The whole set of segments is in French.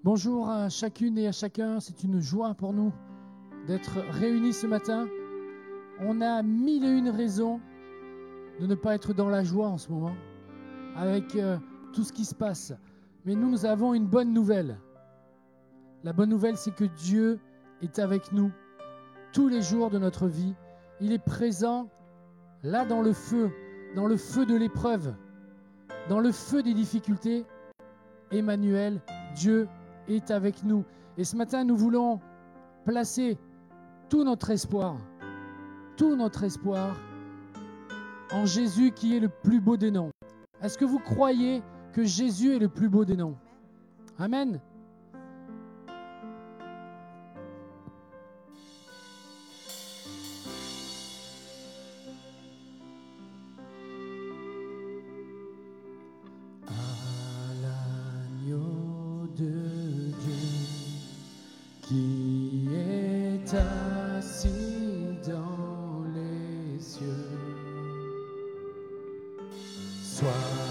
Bonjour à chacune et à chacun, c'est une joie pour nous d'être réunis ce matin. On a 1001 raisons de ne pas être dans la joie en ce moment, avec tout ce qui se passe. Mais nous avons une bonne nouvelle. La bonne nouvelle, c'est que Dieu est avec nous tous les jours de notre vie. Il est présent là dans le feu de l'épreuve, dans le feu des difficultés. Emmanuel, Dieu est avec nous. Et ce matin, nous voulons placer tout notre espoir en Jésus qui est le plus beau des noms. Est-ce que vous croyez que Jésus est le plus beau des noms? Amen. Qui est assis dans les cieux, soit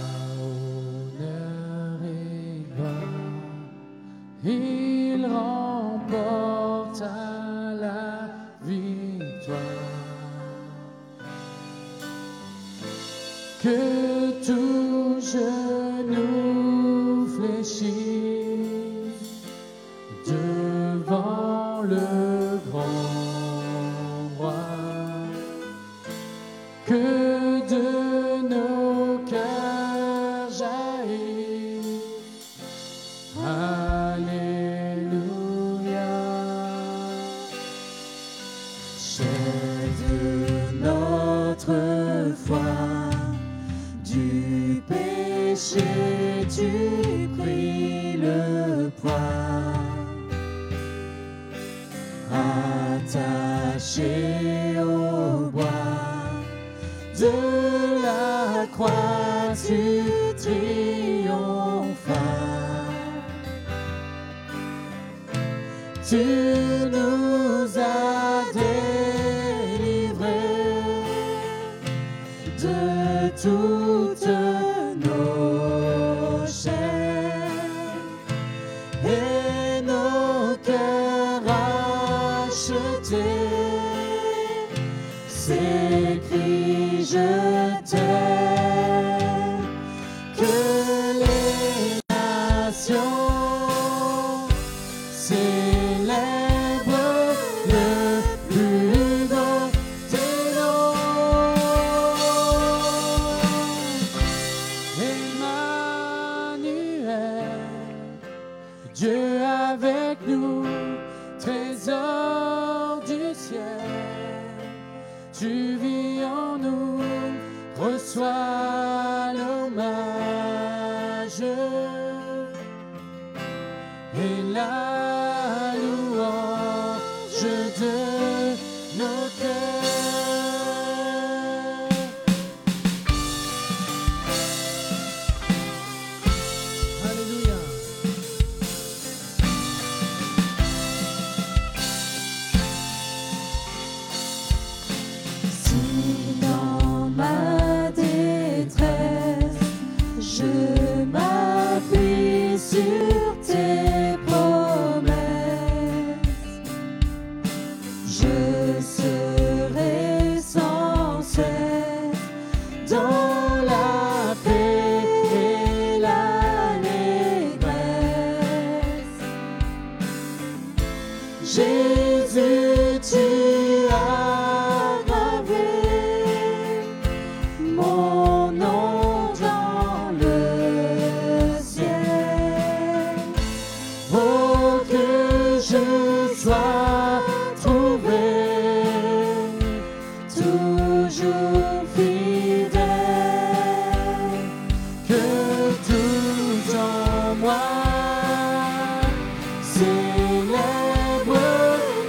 honneur et gloire, il remporte à la victoire. Que tout genou fléchisse devant le grand roi, que de nos cœurs jaillisse, Alléluia. Chef de notre foi, du péché tu pris le poids, attaché au bois de la croix, tu triomphas. Tu nous as délivrés de toutes nos chaînes et nos cœurs achetés. C'est écrit, je t'aime, que les nations célèbrent le plus beau des noms. Emmanuel, Dieu avec nous, trésor du ciel, tu vis en nous, reçois l'hommage et la louange de nos cœurs. Alléluia. Si dans ma détresse, je m'appuie sur tes promesses, je serai sans cesse dans la paix et l'allégresse. Jésus, tu as gravé mon nom dans le ciel. Oh, que je sois trouvé toujours fidèle, que tout en moi célèbre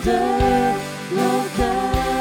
de nos cœurs.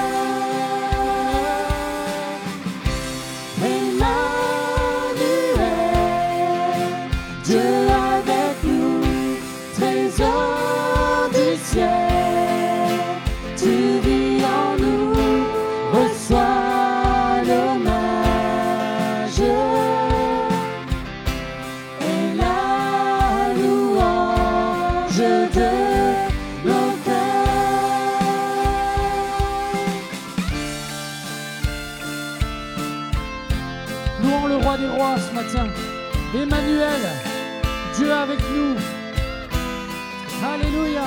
Emmanuel, Dieu avec nous. Alléluia.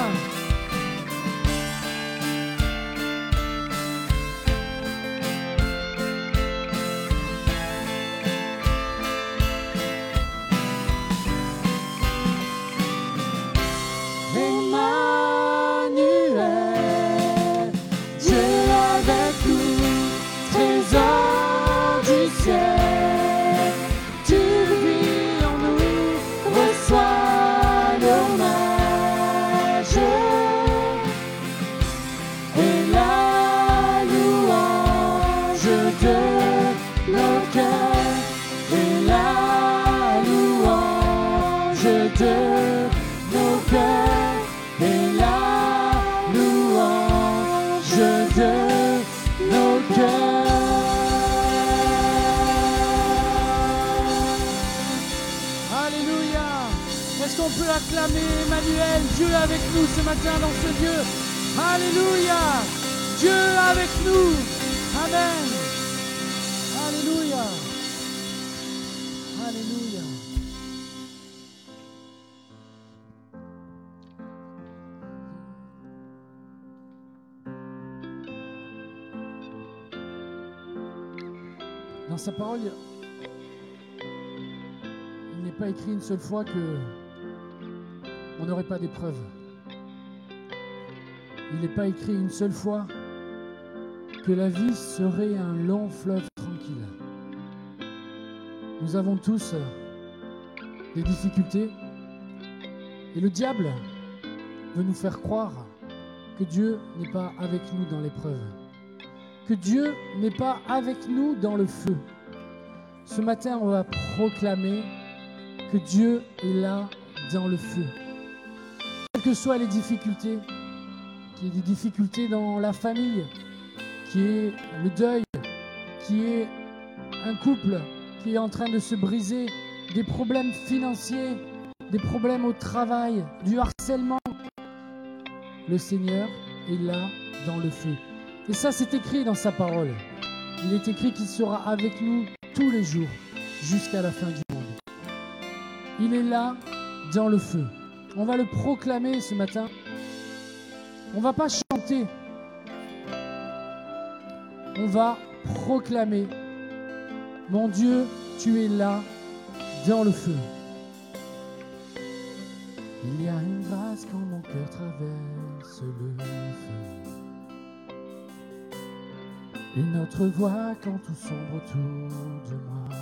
Emmanuel, Dieu avec nous, trésor du ciel. Acclamer Emmanuel, Dieu avec nous ce matin dans ce lieu. Alléluia. Dieu avec nous. Amen. Alléluia. Alléluia. Dans sa parole, il n'est pas écrit une seule fois que on n'aurait pas d'épreuve. Il n'est pas écrit une seule fois que la vie serait un long fleuve tranquille. Nous avons tous des difficultés et le diable veut nous faire croire que Dieu n'est pas avec nous dans l'épreuve, que Dieu n'est pas avec nous dans le feu. Ce matin, on va proclamer que Dieu est là dans le feu. Quelles que soient les difficultés, qu'il y ait des difficultés dans la famille, qu'il y ait le deuil, qu'il y ait un couple qui est en train de se briser, des problèmes financiers, des problèmes au travail, du harcèlement, le Seigneur est là dans le feu. Et ça, c'est écrit dans sa parole. Il est écrit qu'il sera avec nous tous les jours jusqu'à la fin du monde. Il est là dans le feu. On va le proclamer ce matin. On ne va pas chanter. On va proclamer. Mon Dieu, tu es là dans le feu. Il y a une grâce quand mon cœur traverse le feu. Une autre voix quand tout sombre autour de moi.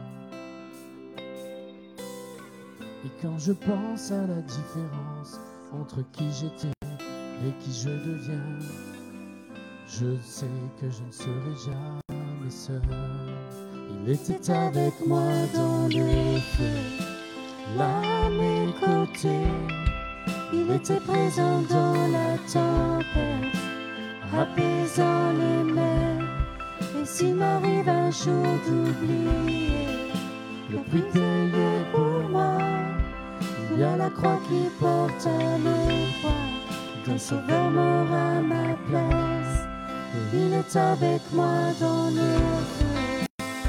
Et quand je pense à la différence entre qui j'étais et qui je deviens, je sais que je ne serai jamais seul. Il était avec moi dans le feu, là à mes côtés. Il était présent dans la tempête, apaisant les mers. Et s'il m'arrive un jour d'oublier le prix payé pour moi, il y a la croix qui porte le poids d'un sauveur mort à ma place. Et il est avec moi dans le feu.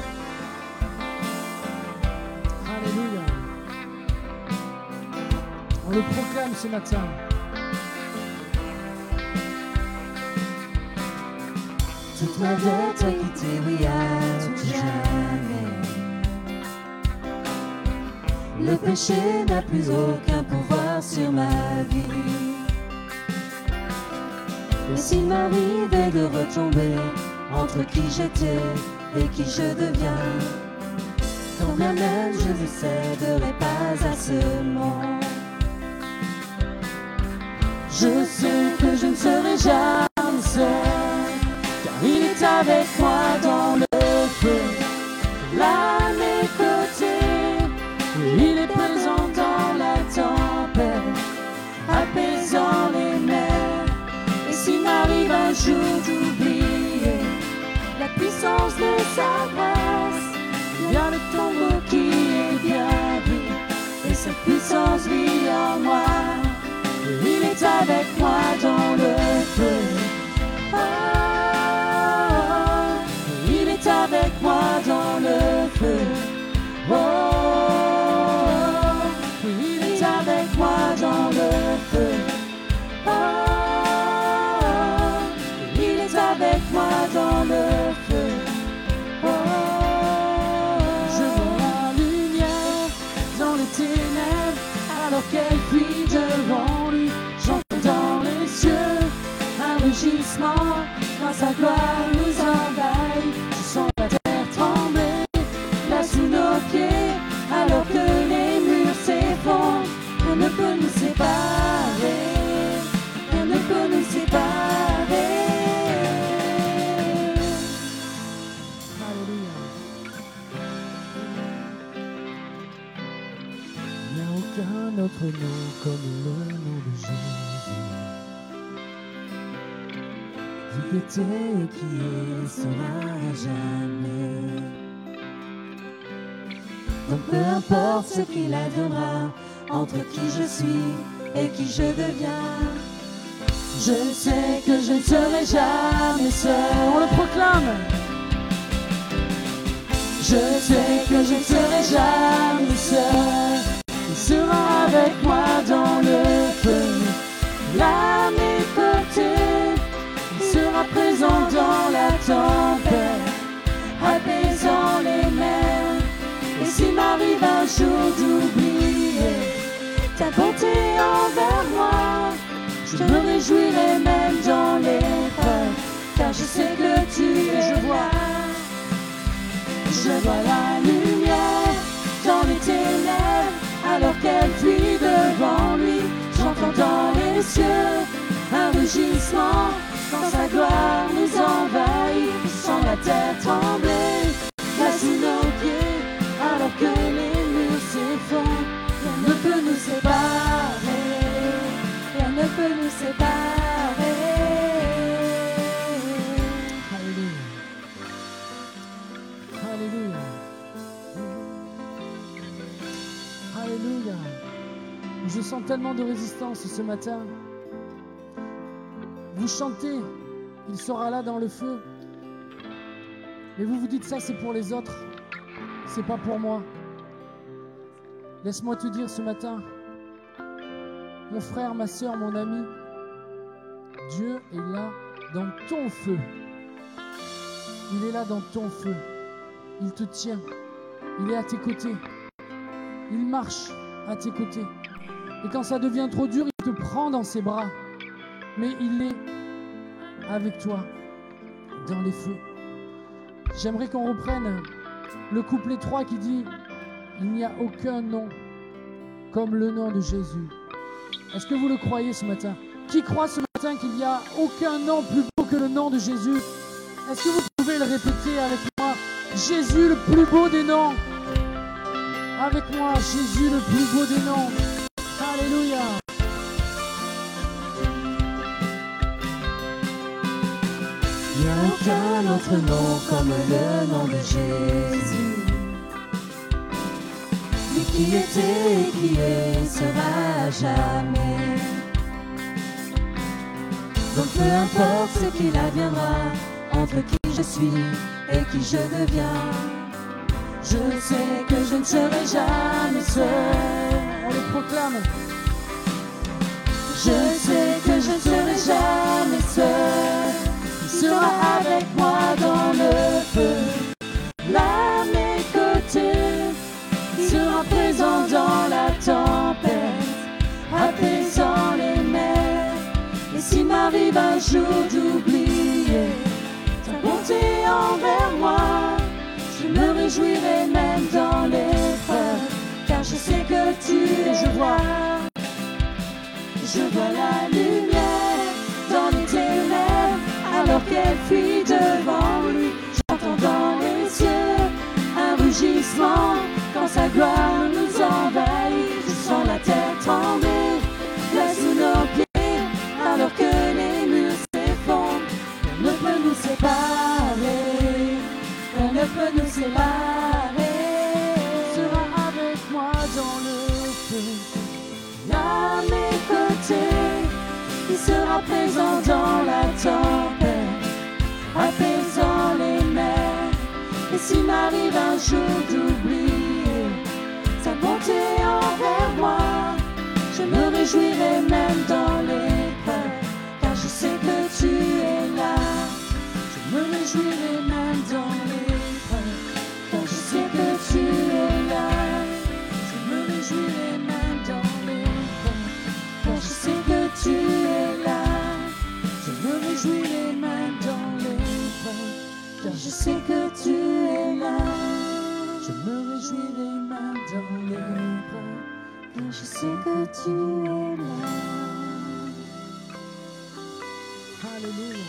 Alléluia. On le proclame ce matin. Toute ma vie t'a quitté, oui, à tout jamais. Le péché n'a plus aucun pouvoir sur ma vie. Et s'il m'arrivait de retomber entre qui j'étais et qui je deviens, quand bien même je ne céderai pas à ce monde. Je sais que je ne serai avec moi dans le feu, là à mes côtés. Oui, il est présent dans la tempête, apaisant les mers. Et s'il m'arrive un jour d'oublier la puissance de sa grâce, il y a le tombeau qui est bien vide et sa puissance vit en moi. Il est avec moi dans le feu. Il est avec moi dans le feu. Il est avec moi dans le feu. Il est avec moi dans le feu. Je vois la lumière dans les ténèbres alors qu'elle fuit devant lui. J'entends dans les cieux un rugissement quand sa gloire nous envahit. Je sens la terre trembler là sous nos pieds alors que les murs s'effondrent. Rien ne peut nous séparer, rien ne peut nous séparer. Alléluia. Il n'y a aucun autre nom comme le nom de Jésus. Qui était et qui est, sera à jamais. Donc peu importe ce qu'il adviendra, entre qui je suis et qui je deviens, je sais que je ne serai jamais seul. On le proclame. Je sais que je ne serai jamais seul. Il sera avec moi dans le feu, là à mes côtés. Il sera présent dans la tempête, apaisant les mers. Et s'il m'arrive un jour d'oublier ta bonté envers moi, je me réjouirai même dans l'épreuve, car je sais que tu es là. Je vois la lumière dans les ténèbres alors qu'elle fuit devant lui. J'entends dans les cieux un rugissement quand sa gloire nous envahit. Je sens la terre trembler là sous nos pieds alors que les murs s'effondrent. Rien ne peut nous séparer, rien ne peut nous séparer. Alléluia. Alléluia. Alléluia. Je sens tellement de résistance ce matin. Vous chantez, il sera là dans le feu. Mais vous vous dites ça, c'est pour les autres. C'est pas pour moi. Laisse-moi te dire ce matin, mon frère, ma soeur, mon ami, Dieu est là dans ton feu. Il est là dans ton feu. Il te tient. Il est à tes côtés. Il marche à tes côtés. Et quand ça devient trop dur, il te prend dans ses bras. Mais il est avec toi dans les feux. J'aimerais qu'on reprenne le couplet 3 qui dit « Il n'y a aucun nom comme le nom de Jésus ». Est-ce que vous le croyez ce matin? Qui croit ce matin qu'il n'y a aucun nom plus beau que le nom de Jésus? Est-ce que vous pouvez le répéter avec moi? Jésus, le plus beau des noms. Avec moi, Jésus, le plus beau des noms. Alléluia. Il n'y a aucun autre nom comme le nom de Jésus. Lui qui était et qui est sera à jamais. Donc peu importe ce qu'il adviendra, entre qui je suis et qui je deviens, je sais que je ne serai jamais seul. On le proclame. Je sais que je ne serai jamais seul. Il sera avec moi dans le feu, là à mes côtés. Il sera présent dans la tempête, apaisant les mers. Et s'il m'arrive un jour d'oublier ta bonté envers moi, je me réjouirai même dans l'épreuve, car je sais que tu es. Je vois la lumière dans les ténèbres alors qu'elle fuit devant lui. gloire nous envahit. Je sens la terre trembler, là sous nos pieds, alors que les murs s'effondrent. Rien ne peut nous séparer, rien ne peut nous séparer. Tu seras avec moi dans le feu, à mes côtés. Il sera présent dans la tempête, apaisant les mers. Et s'il m'arrive un jour d'oublier sa bonté envers moi, je me réjouirai même dans l'épreuve, car je sais que tu es là. Je me réjouirai même dans l'épreuve, car je sais que tu es là. Je me réjouirai même dans l'épreuve, car je sais que tu es là. Je me réjouirai même dans l'épreuve, car je sais que tu es là. Je me réjouirai même dans l'épreuve, car je sais que tu es là. Alléluia.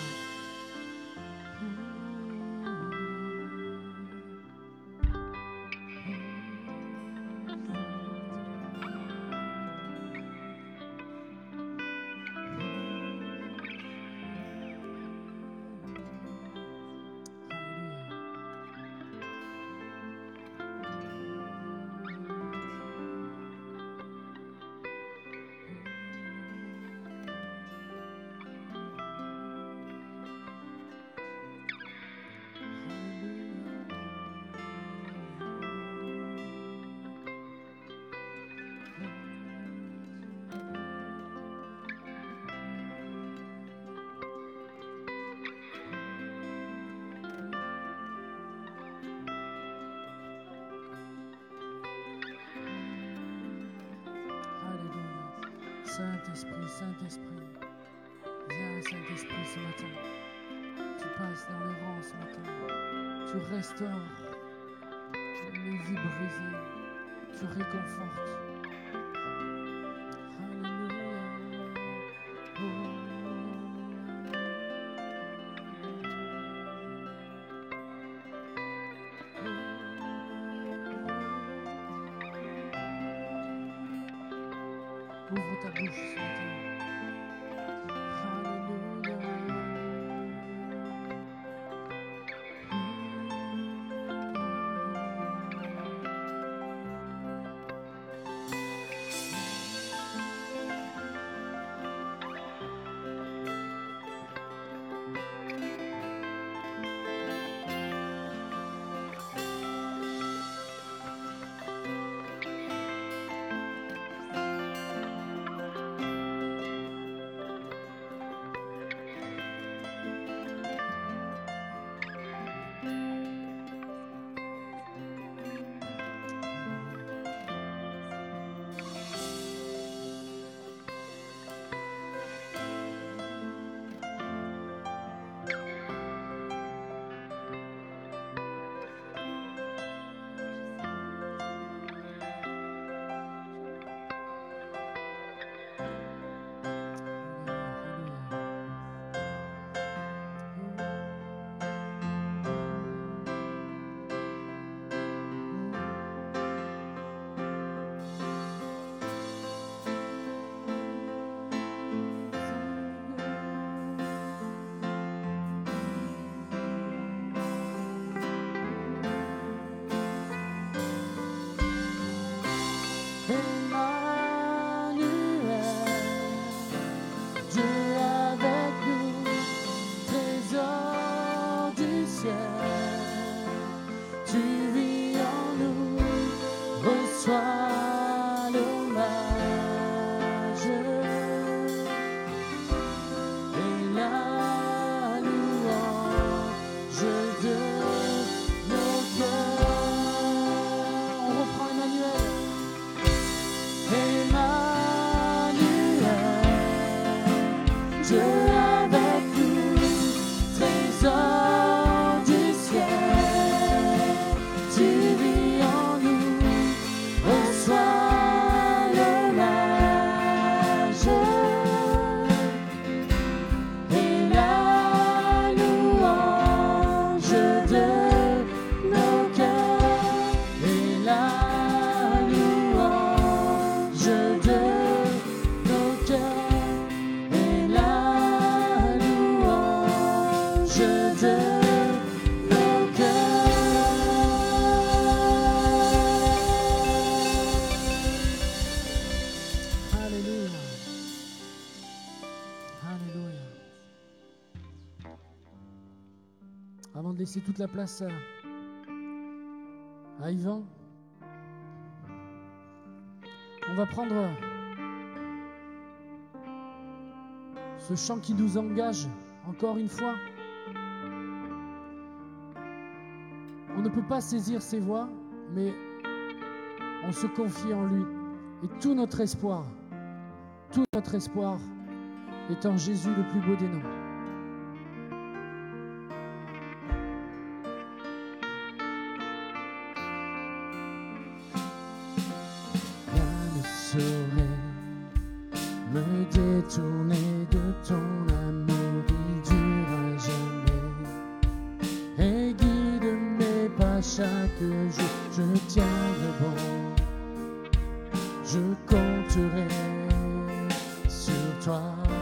Saint-Esprit, Saint-Esprit, viens Saint-Esprit ce matin. Tu passes dans les rangs ce matin. Tu restaures les vies brisées. Tu réconfortes. Alléluia. Ouvre ta bouche ce matin. Alléluia. Avant de laisser toute la place à Yvan, on va prendre ce chant qui nous engage encore une fois. On ne peut pas saisir ses voix, mais on se confie en lui. Et tout notre espoir est en Jésus, le plus beau des noms. Saurais me détourner de ton amour, il dure à jamais et guide mes pas chaque jour. Je tiendrai bon, je compterai sur toi.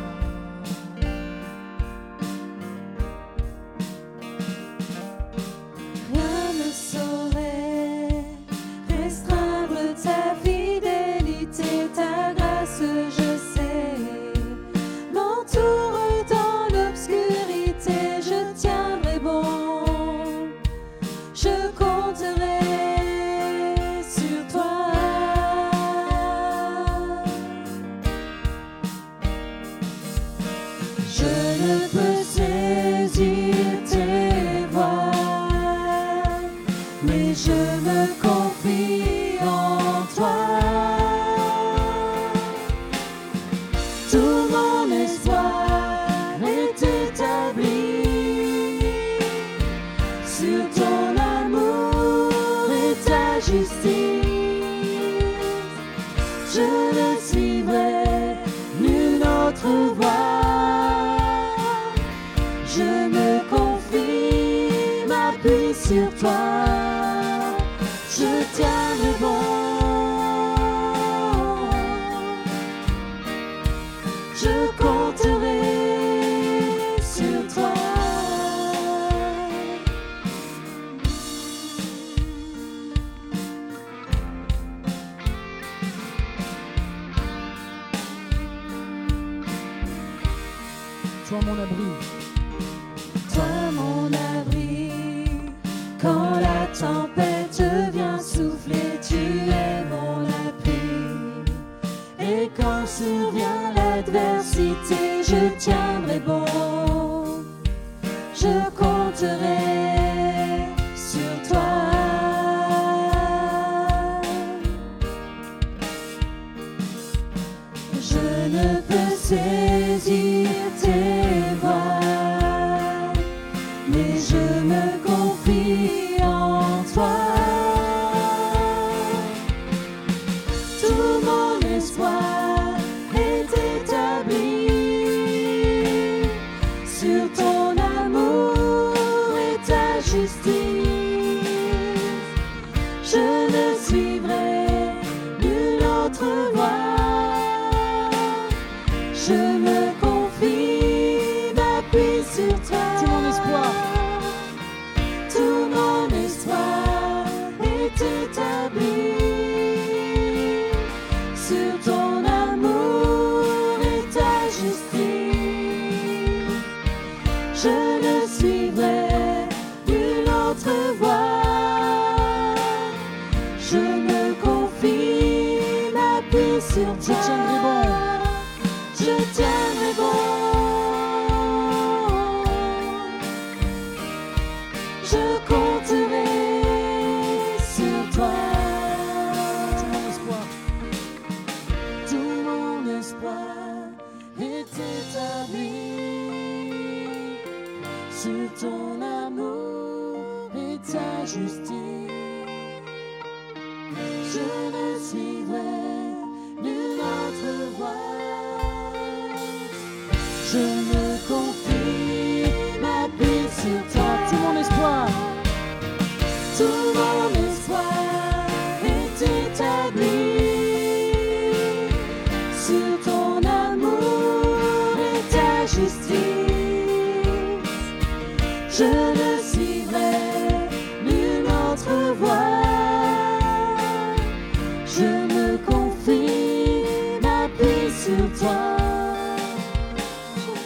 Rien ne saurait restreindre ta fidélité, ta grâce, je sais, m'entoure dans l'obscurité. Je tiendrai bon, je compterai sur toi. Je ne peux saisir tes voies, mais je me confie en toi. Tout mon espoir est établi sur ton amour et ta justice. Je ne suivrai nulle autre voie. Je me confie, m'appuie sur toi. Je tiendrai bon, je compterai sur toi. Toi mon abri, Toi mon abri, quand la tempête vient souffler, tu es mon appui. Et quand survient l'adversité, je tiendrai bon, je compterai sur toi. Je ne peux saisir tes voies, mais je me confie en toi. Tout mon espoir est établi sur ton amour et ta justice. Je ne suivrai nulle autre voie. Je me confie, m'appuie sur toi. tout mon espoir, Tout mon espoir est établi sur ton amour et ta justice. Je ne suivrai nulle autre voie. Je me confie, m'appuie sur je toi. tiendrai bon. Je tiendrai bon. Je compterai sur toi. Tout mon espoir, Tout mon espoir est établi sur ton amour et ta justice. Je ne suivrai nulle autre voie. Je me confie, m'appuie sur toi. tout mon espoir, Tout mon espoir est établi sur ton amour et ta justice. Je ne suivrai nulle autre voie. Je me confie, m'appuie sur toi.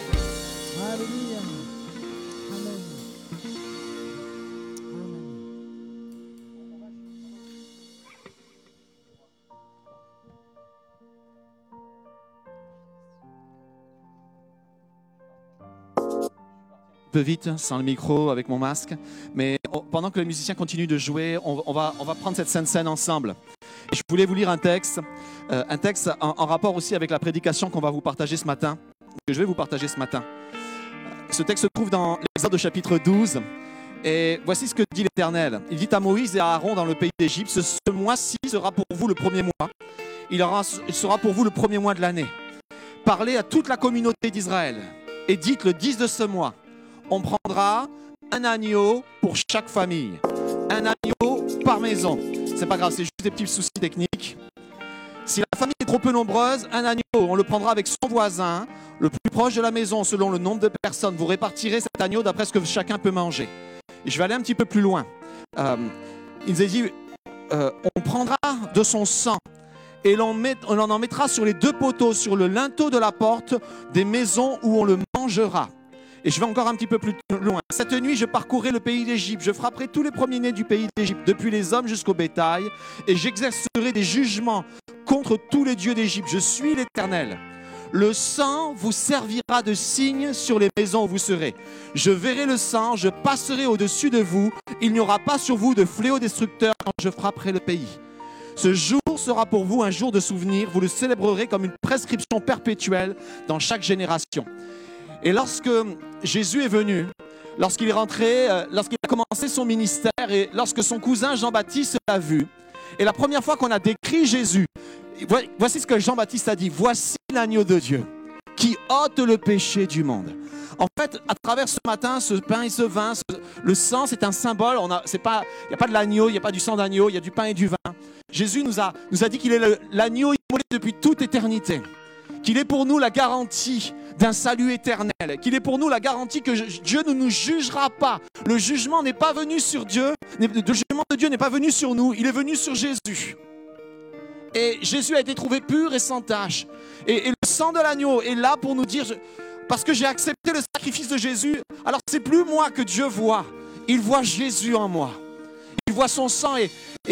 peu vite, sans le micro, avec mon masque. Mais pendant que les musiciens continuent de jouer, on va prendre cette scène ensemble. Et je voulais vous lire un texte en rapport aussi avec la prédication qu'on va vous partager ce matin, que je vais vous partager ce matin. Ce texte se trouve dans l'Exode chapitre 12. Et voici ce que dit l'Éternel. Il dit à Moïse et à Aaron dans le pays d'Égypte, ce mois-ci sera pour vous le premier mois. Il sera pour vous le premier mois de l'année. Parlez à toute la communauté d'Israël et dites le 10 de ce mois. On prendra un agneau pour chaque famille. Un agneau par maison. C'est pas grave, c'est juste des petits soucis techniques. Si la famille est trop peu nombreuse, un agneau, on le prendra avec son voisin, le plus proche de la maison selon le nombre de personnes. Vous répartirez cet agneau d'après ce que chacun peut manger. Et je vais aller un petit peu plus loin. Il nous a dit, on prendra de son sang et on en mettra sur les deux poteaux, sur le linteau de la porte des maisons où on le mangera. Et je vais encore un petit peu plus loin. Cette nuit, je parcourrai le pays d'Égypte. Je frapperai tous les premiers-nés du pays d'Égypte, depuis les hommes jusqu'au bétail, et j'exercerai des jugements contre tous les dieux d'Égypte. Je suis l'Éternel. Le sang vous servira de signe sur les maisons où vous serez. Je verrai le sang, je passerai au-dessus de vous. Il n'y aura pas sur vous de fléau destructeur quand je frapperai le pays. Ce jour sera pour vous un jour de souvenir. Vous le célébrerez comme une prescription perpétuelle dans chaque génération. Et lorsque Jésus est venu, lorsqu'il est rentré, lorsqu'il a commencé son ministère et lorsque son cousin Jean-Baptiste l'a vu, et la première fois qu'on a décrit Jésus, voici ce que Jean-Baptiste a dit. Voici l'agneau de Dieu qui ôte le péché du monde. En fait, à travers ce matin, ce pain et ce vin, le sang, c'est un symbole. Il n'y a pas de l'agneau, il n'y a pas du sang d'agneau, il y a du pain et du vin. Jésus nous a dit qu'il est l'agneau immolé depuis toute éternité. Qu'il est pour nous la garantie d'un salut éternel, qu'il est pour nous la garantie que Dieu ne nous jugera pas. Le jugement n'est pas venu sur Dieu, le jugement de Dieu n'est pas venu sur nous, il est venu sur Jésus. Et Jésus a été trouvé pur et sans tache. Et le sang de l'agneau est là pour nous dire, parce que j'ai accepté le sacrifice de Jésus, alors c'est plus moi que Dieu voit, il voit Jésus en moi. Il voit son sang et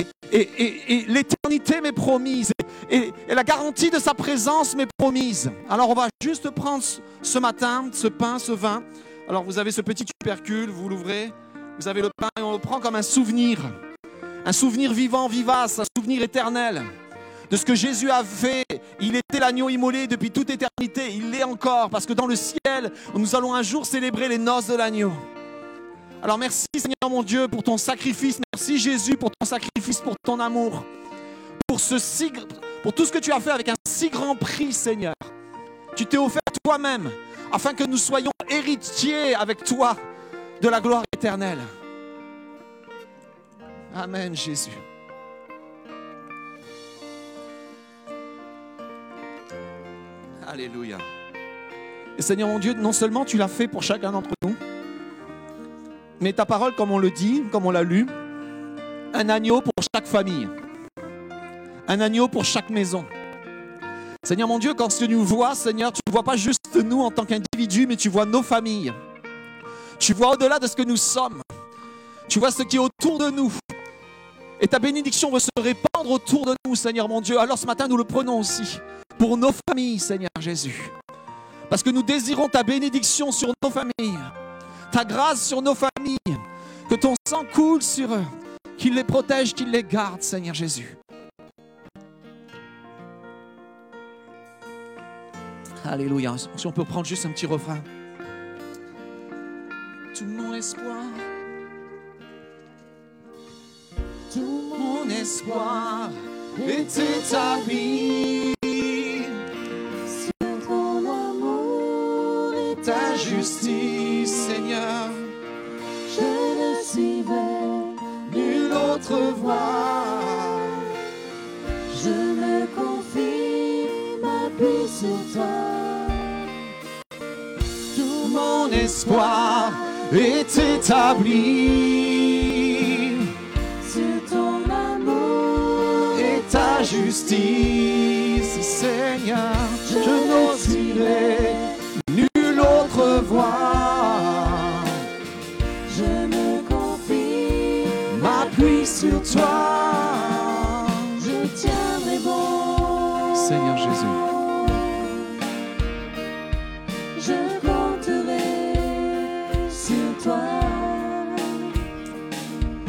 l'éternité m'est promise. Et la garantie de sa présence m'est promise. Alors on va juste prendre ce matin, ce pain, ce vin. Alors vous avez ce petit tubercule, vous l'ouvrez. Vous avez le pain et on le prend comme un souvenir. Un souvenir vivant, vivace, un souvenir éternel. De ce que Jésus a fait. Il était l'agneau immolé depuis toute éternité. Il l'est encore parce que dans le ciel, nous allons un jour célébrer les noces de l'agneau. Alors merci Seigneur mon Dieu pour ton sacrifice. Merci Jésus pour ton sacrifice, pour ton amour. Pour tout ce que tu as fait avec un si grand prix, Seigneur. Tu t'es offert toi-même afin que nous soyons héritiers avec toi de la gloire éternelle. Amen, Jésus. Alléluia. Et Seigneur mon Dieu, non seulement tu l'as fait pour chacun d'entre nous, mais ta parole, comme on le dit, comme on l'a lu, un agneau pour chaque famille. Un agneau pour chaque maison. Seigneur mon Dieu, quand tu nous vois, Seigneur, tu ne vois pas juste nous en tant qu'individus, mais tu vois nos familles. Tu vois au-delà de ce que nous sommes. Tu vois ce qui est autour de nous. Et ta bénédiction veut se répandre autour de nous, Seigneur mon Dieu. Alors ce matin, nous le prenons aussi pour nos familles, Seigneur Jésus. Parce que nous désirons ta bénédiction sur nos familles. Ta grâce sur nos familles. Que ton sang coule sur eux. Qu'il les protège, qu'il les garde, Seigneur Jésus. Alléluia. Si on peut prendre juste un petit refrain. Tout mon espoir. Tout mon espoir est établi sur ton amour et ta justice, Seigneur. Je ne suivrai Nulle autre voie. Je me confie, m'appuie sur toi. Tout mon espoir est établi Sur ton amour et ta justice, Seigneur. Je n'oscillerai nulle autre voie. je me confie, M'appuie sur toi, je tiendrai bon. Seigneur Jésus. Je compterai sur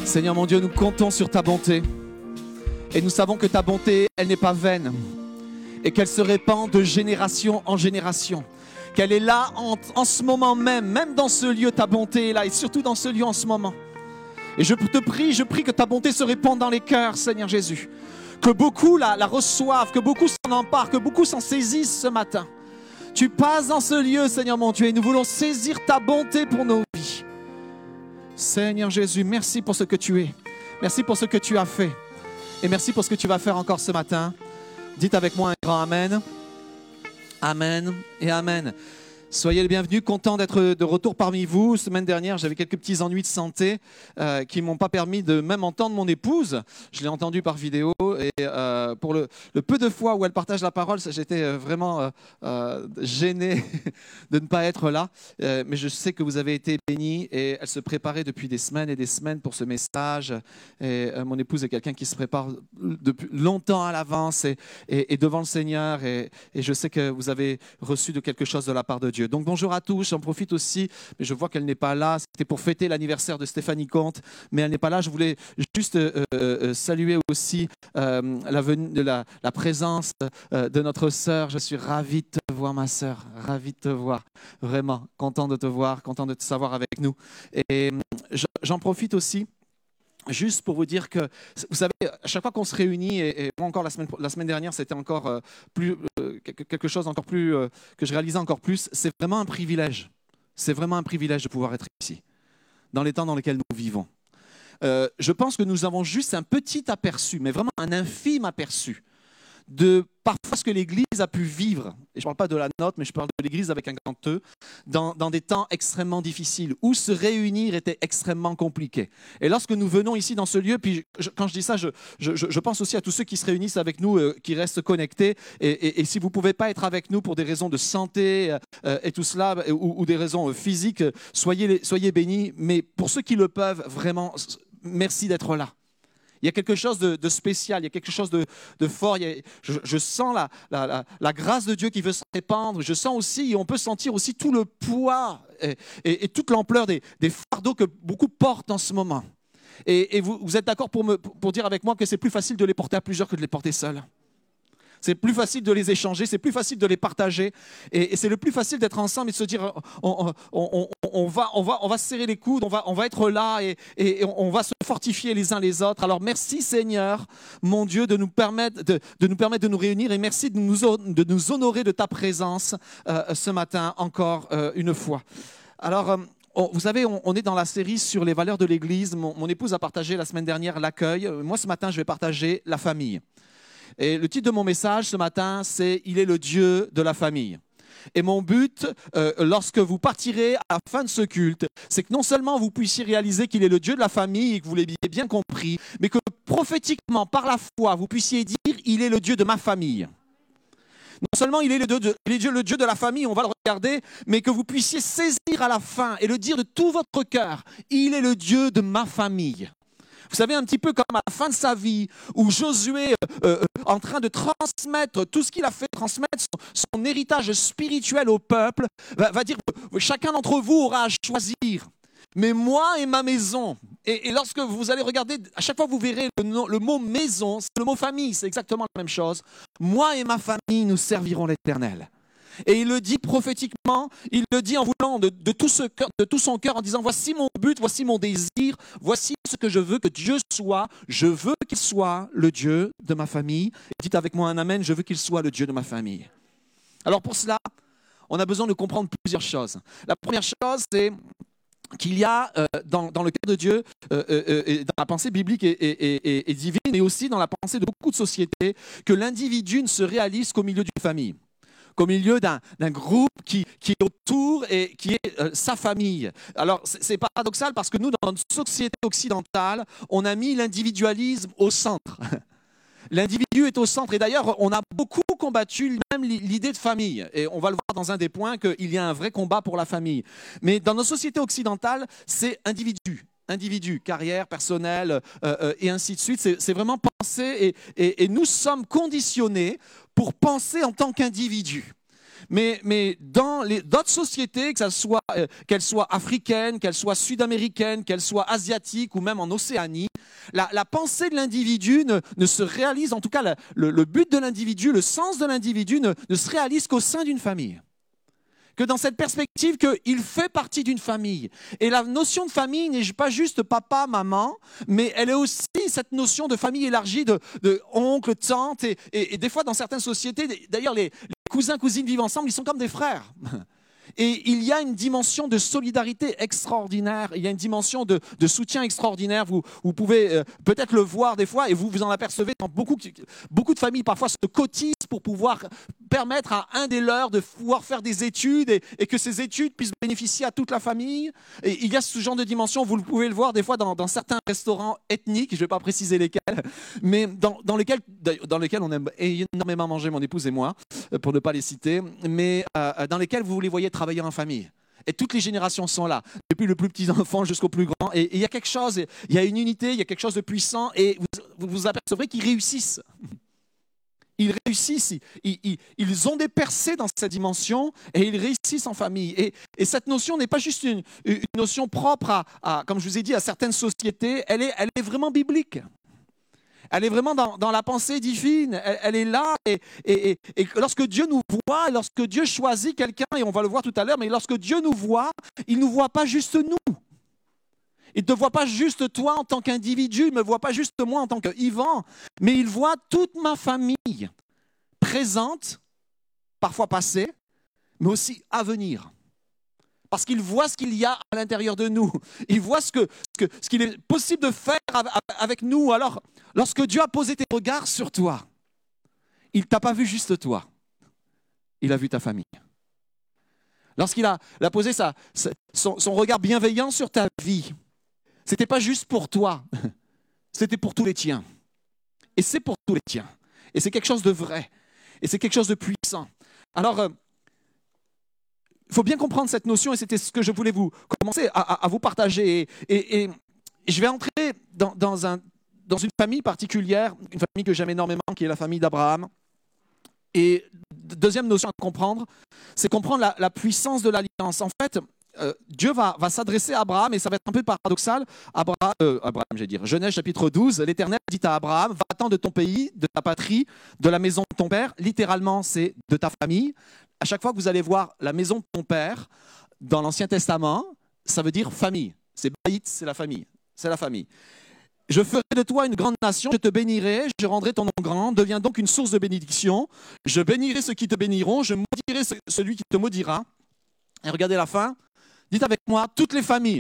Seigneur mon Dieu, nous comptons sur ta bonté. Et nous savons que ta bonté, elle n'est pas vaine. Et qu'elle se répand de génération en génération. Qu'elle est là en ce moment même, même dans ce lieu, ta bonté est là. Et surtout dans ce lieu en ce moment. Et je prie que ta bonté se répande dans les cœurs, Seigneur Jésus. Que beaucoup la reçoivent, que beaucoup s'en emparent, que beaucoup s'en saisissent ce matin. Tu passes dans ce lieu, Seigneur mon Dieu, et nous voulons saisir ta bonté pour nos vies. Seigneur Jésus, merci pour ce que tu es. Merci pour ce que tu as fait. Et merci pour ce que tu vas faire encore ce matin. Dites avec moi un grand Amen. Amen et Amen. Soyez les bienvenus, content d'être de retour parmi vous. Semaine dernière, j'avais quelques petits ennuis de santé qui ne m'ont pas permis de même entendre mon épouse. Je l'ai entendue par vidéo et pour le peu de fois où elle partage la parole, j'étais vraiment gêné de ne pas être là. Mais je sais que vous avez été bénis et elle se préparait depuis des semaines et des semaines pour ce message. Et mon épouse est quelqu'un qui se prépare depuis longtemps à l'avance et devant le Seigneur. Et je sais que vous avez reçu de quelque chose de la part de Dieu. Donc bonjour à tous, j'en profite aussi, mais je vois qu'elle n'est pas là, c'était pour fêter l'anniversaire de Stéphanie Comte, mais elle n'est pas là, je voulais juste saluer aussi la présence de notre sœur. Je suis ravi de te voir ma sœur, ravi de te voir, vraiment content de te voir, content de te savoir avec nous. Et j'en profite aussi juste pour vous dire que, vous savez, à chaque fois qu'on se réunit, et moi encore la semaine dernière, c'était encore quelque chose encore plus, que je réalisais encore plus, c'est vraiment un privilège. C'est vraiment un privilège de pouvoir être ici, dans les temps dans lesquels nous vivons. Je pense que nous avons juste un petit aperçu, mais vraiment un infime aperçu, de parfois ce que l'Église a pu vivre, et je ne parle pas de la nôtre, mais je parle de l'Église avec un grand E, dans des temps extrêmement difficiles, où se réunir était extrêmement compliqué. Et lorsque nous venons ici dans ce lieu, puis quand je dis ça, je pense aussi à tous ceux qui se réunissent avec nous, qui restent connectés, et si vous ne pouvez pas être avec nous pour des raisons de santé et tout cela, ou des raisons physiques, soyez bénis, mais pour ceux qui le peuvent, vraiment, merci d'être là. Il y a quelque chose de spécial, il y a quelque chose de fort. Je sens la grâce de Dieu qui veut se répandre. Je sens aussi, et on peut sentir aussi tout le poids et toute l'ampleur des fardeaux que beaucoup portent en ce moment. Et vous êtes d'accord pour dire avec moi que c'est plus facile de les porter à plusieurs que de les porter seuls. C'est plus facile de les échanger, c'est plus facile de les partager. Et c'est le plus facile d'être ensemble et de se dire on va se serrer les coudes, on va être là et on va se fortifier les uns les autres. Alors merci Seigneur, mon Dieu, de nous permettre de nous réunir et merci de nous honorer de ta présence ce matin encore une fois. Alors, vous savez, on est dans la série sur les valeurs de l'Église. Mon épouse a partagé la semaine dernière l'accueil. Moi, ce matin, je vais partager la famille. Et le titre de mon message ce matin, c'est « Il est le Dieu de la famille ». Et mon but, lorsque vous partirez à la fin de ce culte, c'est que non seulement vous puissiez réaliser qu'il est le Dieu de la famille et que vous l'ayez bien compris, mais que prophétiquement, par la foi, vous puissiez dire « Il est le Dieu de ma famille ». Non seulement il est le Dieu de la famille, on va le regarder, mais que vous puissiez saisir à la fin et le dire de tout votre cœur « Il est le Dieu de ma famille ». Vous savez, un petit peu comme à la fin de sa vie, où Josué, en train de transmettre tout ce qu'il a fait, transmettre son héritage spirituel au peuple, va dire, chacun d'entre vous aura à choisir. Mais moi et ma maison, et lorsque vous allez regarder, à chaque fois vous verrez le mot maison, c'est le mot famille, c'est exactement la même chose. Moi et ma famille, nous servirons l'Éternel. Et il le dit prophétiquement, il le dit en voulant de tout son cœur, en disant « Voici mon but, voici mon désir, voici ce que je veux que Dieu soit. Je veux qu'il soit le Dieu de ma famille. » Dites avec moi un Amen, je veux qu'il soit le Dieu de ma famille. Alors pour cela, on a besoin de comprendre plusieurs choses. La première chose, c'est qu'il y a dans le cœur de Dieu, et dans la pensée biblique et divine, mais aussi dans la pensée de beaucoup de sociétés, que l'individu ne se réalise qu'au milieu d'une famille. Qu'au milieu d'un groupe qui est autour et qui est sa famille. Alors, c'est paradoxal parce que nous, dans notre société occidentale, on a mis l'individualisme au centre. L'individu est au centre. Et d'ailleurs, on a beaucoup combattu même l'idée de famille. Et on va le voir dans un des points qu'il y a un vrai combat pour la famille. Mais dans nos sociétés occidentales, c'est individu, carrière, personnelle, et ainsi de suite. C'est vraiment penser et nous sommes conditionnés pour penser en tant qu'individu. Mais dans d'autres sociétés, qu'elles soient africaines, qu'elles soient sud-américaines, qu'elles soient asiatiques ou même en Océanie, la pensée de l'individu ne se réalise, en tout cas le but de l'individu, le sens de l'individu ne se réalise qu'au sein d'une famille. Que dans cette perspective qu'il fait partie d'une famille. Et la notion de famille n'est pas juste papa, maman, mais elle est aussi cette notion de famille élargie, de oncle, tante, et des fois dans certaines sociétés, d'ailleurs les cousins, cousines vivent ensemble, ils sont comme des frères. Et il y a une dimension de solidarité extraordinaire, il y a une dimension de soutien extraordinaire. Vous pouvez peut-être le voir des fois, et vous en apercevez dans beaucoup de familles parfois se cotisent pour pouvoir permettre à un des leurs de pouvoir faire des études et que ces études puissent bénéficier à toute la famille. Et il y a ce genre de dimension, vous pouvez le voir des fois dans certains restaurants ethniques, je ne vais pas préciser lesquels, mais dans lesquels on aime énormément manger, mon épouse et moi, pour ne pas les citer, mais dans lesquels vous les voyez travailler en famille. Et toutes les générations sont là, depuis le plus petit enfant jusqu'au plus grand. Et il y a quelque chose, il y a une unité, il y a quelque chose de puissant, et vous apercevrez qu'ils réussissent. Ils réussissent, ils ont des percées dans cette dimension et ils réussissent en famille. Et cette notion n'est pas juste une notion propre à, comme je vous ai dit, à certaines sociétés, elle est vraiment biblique. Elle est vraiment dans la pensée divine, elle est là. Et lorsque Dieu nous voit, lorsque Dieu choisit quelqu'un, et on va le voir tout à l'heure, mais lorsque Dieu nous voit, il ne nous voit pas juste nous. Il ne te voit pas juste toi en tant qu'individu, il ne me voit pas juste moi en tant qu'Yvan, mais il voit toute ma famille présente, parfois passée, mais aussi à venir. Parce qu'il voit ce qu'il y a à l'intérieur de nous. Il voit ce qu'il est possible de faire avec nous. Alors, lorsque Dieu a posé tes regards sur toi, il ne t'a pas vu juste toi. Il a vu ta famille. Lorsqu'il a posé son regard bienveillant sur ta vie, ce n'était pas juste pour toi, c'était pour tous les tiens. Et c'est pour tous les tiens. Et c'est quelque chose de vrai. Et c'est quelque chose de puissant. Alors, il faut bien comprendre cette notion, et c'était ce que je voulais vous commencer à vous partager. Et je vais entrer dans une famille particulière, une famille que j'aime énormément, qui est la famille d'Abraham. Et deuxième notion à comprendre, c'est comprendre la puissance de l'alliance. En fait, Dieu va s'adresser à Abraham, et ça va être un peu paradoxal. Genèse chapitre 12, l'Éternel dit à Abraham, va-t'en de ton pays, de ta patrie, de la maison de ton père. Littéralement, c'est de ta famille. À chaque fois que vous allez voir la maison de ton père dans l'Ancien Testament, ça veut dire famille. C'est Baït, c'est la famille. C'est la famille. Je ferai de toi une grande nation, je te bénirai, je rendrai ton nom grand, deviens donc une source de bénédiction. Je bénirai ceux qui te béniront, je maudirai celui qui te maudira. Et regardez la fin. Dites avec moi, toutes les familles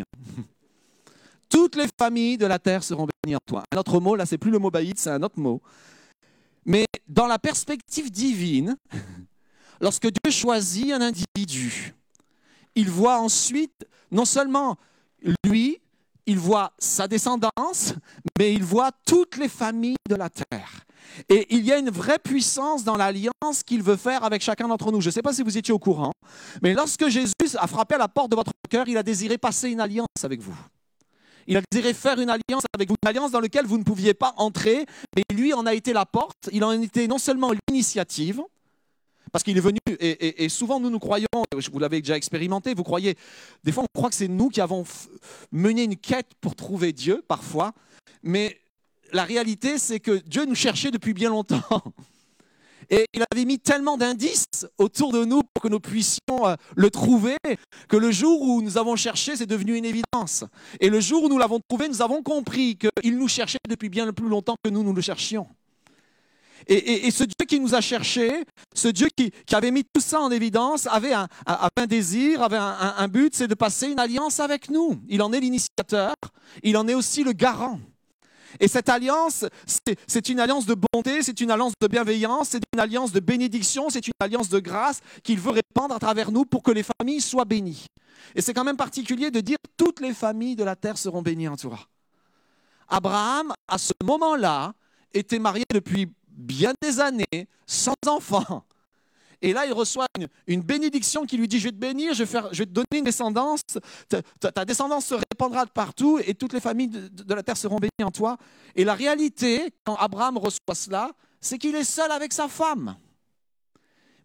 de la terre seront bénies en toi. Un autre mot, là, c'est plus le mot baït, c'est un autre mot. Mais dans la perspective divine, lorsque Dieu choisit un individu, il voit ensuite, non seulement lui, il voit sa descendance, mais il voit toutes les familles de la terre. Et il y a une vraie puissance dans l'alliance qu'il veut faire avec chacun d'entre nous. Je ne sais pas si vous étiez au courant, mais lorsque Jésus a frappé à la porte de votre cœur, il a désiré passer une alliance avec vous. Il a désiré faire une alliance avec vous, une alliance dans laquelle vous ne pouviez pas entrer, mais lui en a été la porte, il en a été non seulement l'initiative, parce qu'il est venu, et souvent nous croyons, vous l'avez déjà expérimenté, vous croyez, des fois on croit que c'est nous qui avons mené une quête pour trouver Dieu, parfois, mais la réalité c'est que Dieu nous cherchait depuis bien longtemps. Et il avait mis tellement d'indices autour de nous pour que nous puissions le trouver, que le jour où nous avons cherché, c'est devenu une évidence. Et le jour où nous l'avons trouvé, nous avons compris qu'il nous cherchait depuis bien plus longtemps que nous le cherchions. Et ce Dieu qui nous a cherchés, ce Dieu qui avait mis tout ça en évidence, avait un désir, avait un but, c'est de passer une alliance avec nous. Il en est l'initiateur, il en est aussi le garant. Et cette alliance, c'est une alliance de bonté, c'est une alliance de bienveillance, c'est une alliance de bénédiction, c'est une alliance de grâce qu'il veut répandre à travers nous pour que les familles soient bénies. Et c'est quand même particulier de dire « toutes les familles de la terre seront bénies en toi ». Abraham, à ce moment-là, était marié depuis bien des années, sans enfant. Et là, il reçoit une bénédiction qui lui dit « je vais te bénir, je vais te donner une descendance, ta descendance se répandra de partout et toutes les familles de la terre seront bénies en toi. » Et la réalité, quand Abraham reçoit cela, c'est qu'il est seul avec sa femme.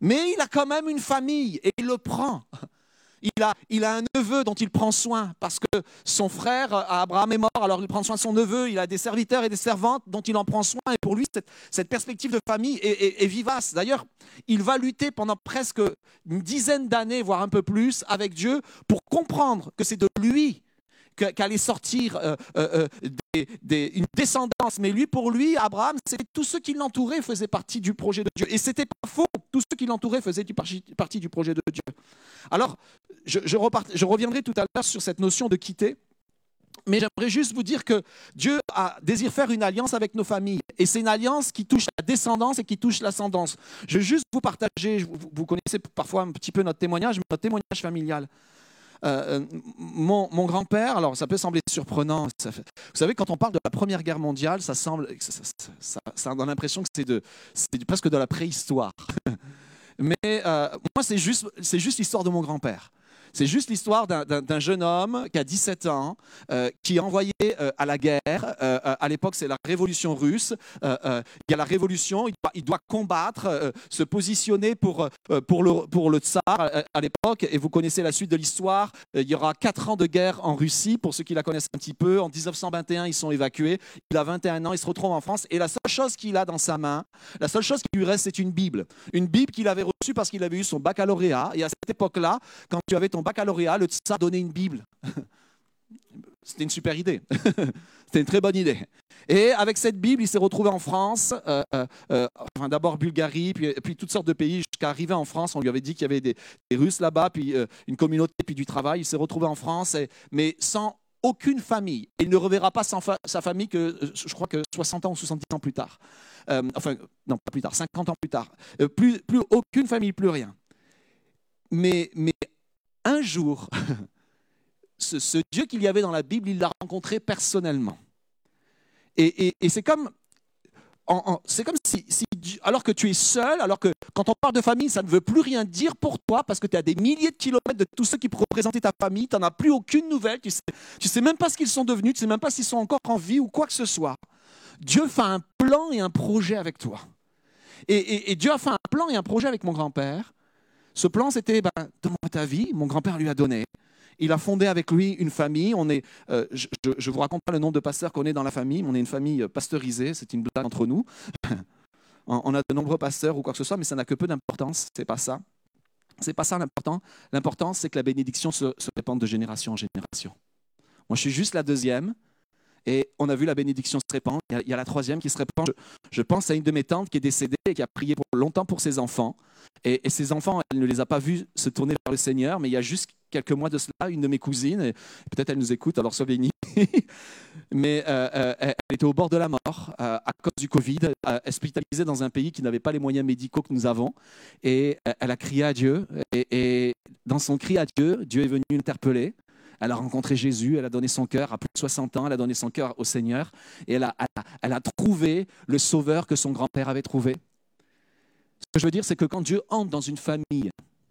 Mais il a quand même une famille et il le prend. Il a un neveu dont il prend soin parce que son frère Abraham est mort, alors il prend soin de son neveu. Il a des serviteurs et des servantes dont il en prend soin. Et pour lui, cette perspective de famille est vivace. D'ailleurs, il va lutter pendant presque une dizaine d'années, voire un peu plus, avec Dieu pour comprendre que c'est de lui qu'allait sortir une descendance. Mais lui, pour lui, Abraham, c'était tous ceux qui l'entouraient faisaient partie du projet de Dieu. Et c'était pas faux. Tous ceux qui l'entouraient faisaient partie du projet de Dieu. Alors, je reviendrai tout à l'heure sur cette notion de quitter. Mais j'aimerais juste vous dire que Dieu désire faire une alliance avec nos familles. Et c'est une alliance qui touche la descendance et qui touche l'ascendance. Je veux juste vous partager, vous connaissez parfois un petit peu notre témoignage familial. Mon grand-père, alors ça peut sembler surprenant, vous savez, quand on parle de la Première Guerre mondiale, ça donne l'impression que c'est presque de la préhistoire. Mais moi, c'est juste l'histoire de mon grand-père. C'est juste l'histoire d'un jeune homme qui a 17 ans, qui est envoyé à la guerre. À l'époque, c'est la révolution russe. Il y a la révolution, il doit combattre, se positionner pour le tsar à l'époque. Et vous connaissez la suite de l'histoire. Il y aura 4 ans de guerre en Russie, pour ceux qui la connaissent un petit peu. En 1921, ils sont évacués. Il a 21 ans, il se retrouve en France. Et la seule chose qu'il a dans sa main, la seule chose qui lui reste, c'est une Bible. Une Bible qu'il avait reçue parce qu'il avait eu son baccalauréat. Et à cette époque-là, quand tu avais ton baccalauréat, le tsar donnait une Bible. C'était une super idée. C'était une très bonne idée. Et avec cette Bible, il s'est retrouvé en France, d'abord Bulgarie, puis toutes sortes de pays, jusqu'à arriver en France. On lui avait dit qu'il y avait des Russes là-bas, puis une communauté, puis du travail. Il s'est retrouvé en France, mais sans aucune famille. Et il ne reverra pas sa famille que, je crois que 60 ans ou 70 ans plus tard. Non, pas plus tard, 50 ans plus tard. Plus aucune famille, plus rien. Mais un jour, ce Dieu qu'il y avait dans la Bible, il l'a rencontré personnellement. Et c'est comme si alors que tu es seul, alors que quand on parle de famille, ça ne veut plus rien dire pour toi parce que tu es à des milliers de kilomètres de tous ceux qui représentaient ta famille, tu n'en as plus aucune nouvelle, tu sais même pas ce qu'ils sont devenus, tu sais même pas s'ils sont encore en vie ou quoi que ce soit. Dieu fait un plan et un projet avec toi. Et Dieu a fait un plan et un projet avec mon grand-père. Ce plan, c'était, donne-moi ta vie. Mon grand-père lui a donné. Il a fondé avec lui une famille. Je ne vous raconte pas le nombre de pasteurs qu'on est dans la famille, mais on est une famille pasteurisée. C'est une blague entre nous. On a de nombreux pasteurs ou quoi que ce soit, mais ça n'a que peu d'importance. C'est pas ça. C'est pas ça l'important. L'important, c'est que la bénédiction se répande de génération en génération. Moi, je suis juste la deuxième. Et on a vu la bénédiction se répandre. Il y a la troisième qui se répand. Je pense à une de mes tantes qui est décédée et qui a prié longtemps pour ses enfants. Et ses enfants, elle ne les a pas vus se tourner vers le Seigneur, mais il y a juste quelques mois de cela, une de mes cousines, et peut-être elle nous écoute, alors sois bénie, mais elle était au bord de la mort à cause du Covid, hospitalisée dans un pays qui n'avait pas les moyens médicaux que nous avons. Et elle a crié à Dieu. Et dans son cri à Dieu, Dieu est venu l'interpeller. Elle a rencontré Jésus, elle a donné son cœur, à plus de 60 ans, elle a donné son cœur au Seigneur et elle a trouvé le sauveur que son grand-père avait trouvé. Ce que je veux dire, c'est que quand Dieu entre dans une famille,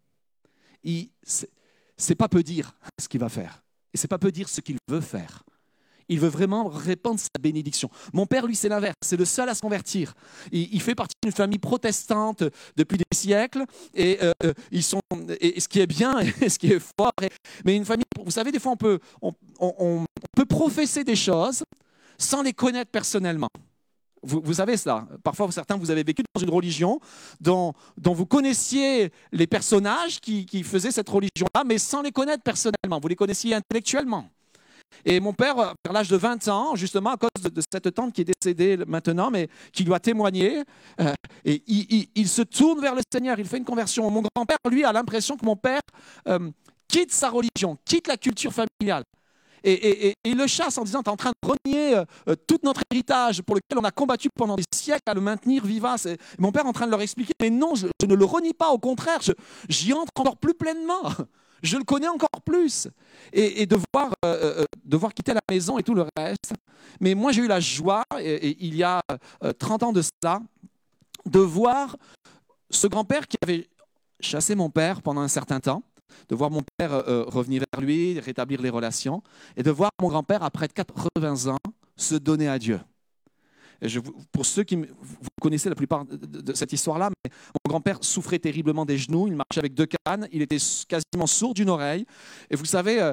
c'est pas peu dire ce qu'il va faire et c'est pas peu dire ce qu'il veut faire. Il veut vraiment répandre sa bénédiction. Mon père, lui, c'est l'inverse. C'est le seul à se convertir. Il fait partie d'une famille protestante depuis des siècles. Et ce qui est bien, et ce qui est fort. Mais une famille, vous savez, des fois, on peut professer des choses sans les connaître personnellement. Vous savez cela. Parfois, certains, vous avez vécu dans une religion dont vous connaissiez les personnages qui faisaient cette religion-là, mais sans les connaître personnellement. Vous les connaissiez intellectuellement. Et mon père, vers l'âge de 20 ans, justement à cause de cette tante qui est décédée maintenant, mais qui doit témoigner, et il se tourne vers le Seigneur, il fait une conversion. Mon grand-père, lui, a l'impression que mon père quitte sa religion, quitte la culture familiale. Et il le chasse en disant, tu es en train de renier tout notre héritage pour lequel on a combattu pendant des siècles à le maintenir vivace. Et mon père est en train de leur expliquer, mais non, je ne le renie pas, au contraire, j'y entre encore plus pleinement. Je le connais encore plus. Et devoir quitter la maison et tout le reste. Mais moi, j'ai eu la joie, il y a 30 ans de cela, de voir ce grand-père qui avait chassé mon père pendant un certain temps, de voir mon père revenir vers lui, rétablir les relations, et de voir mon grand-père, après 80 ans, se donner à Dieu. Pour ceux qui vous connaissez la plupart de cette histoire-là, mais mon grand-père souffrait terriblement des genoux, il marchait avec 2 cannes, il était quasiment sourd d'une oreille. Et vous savez,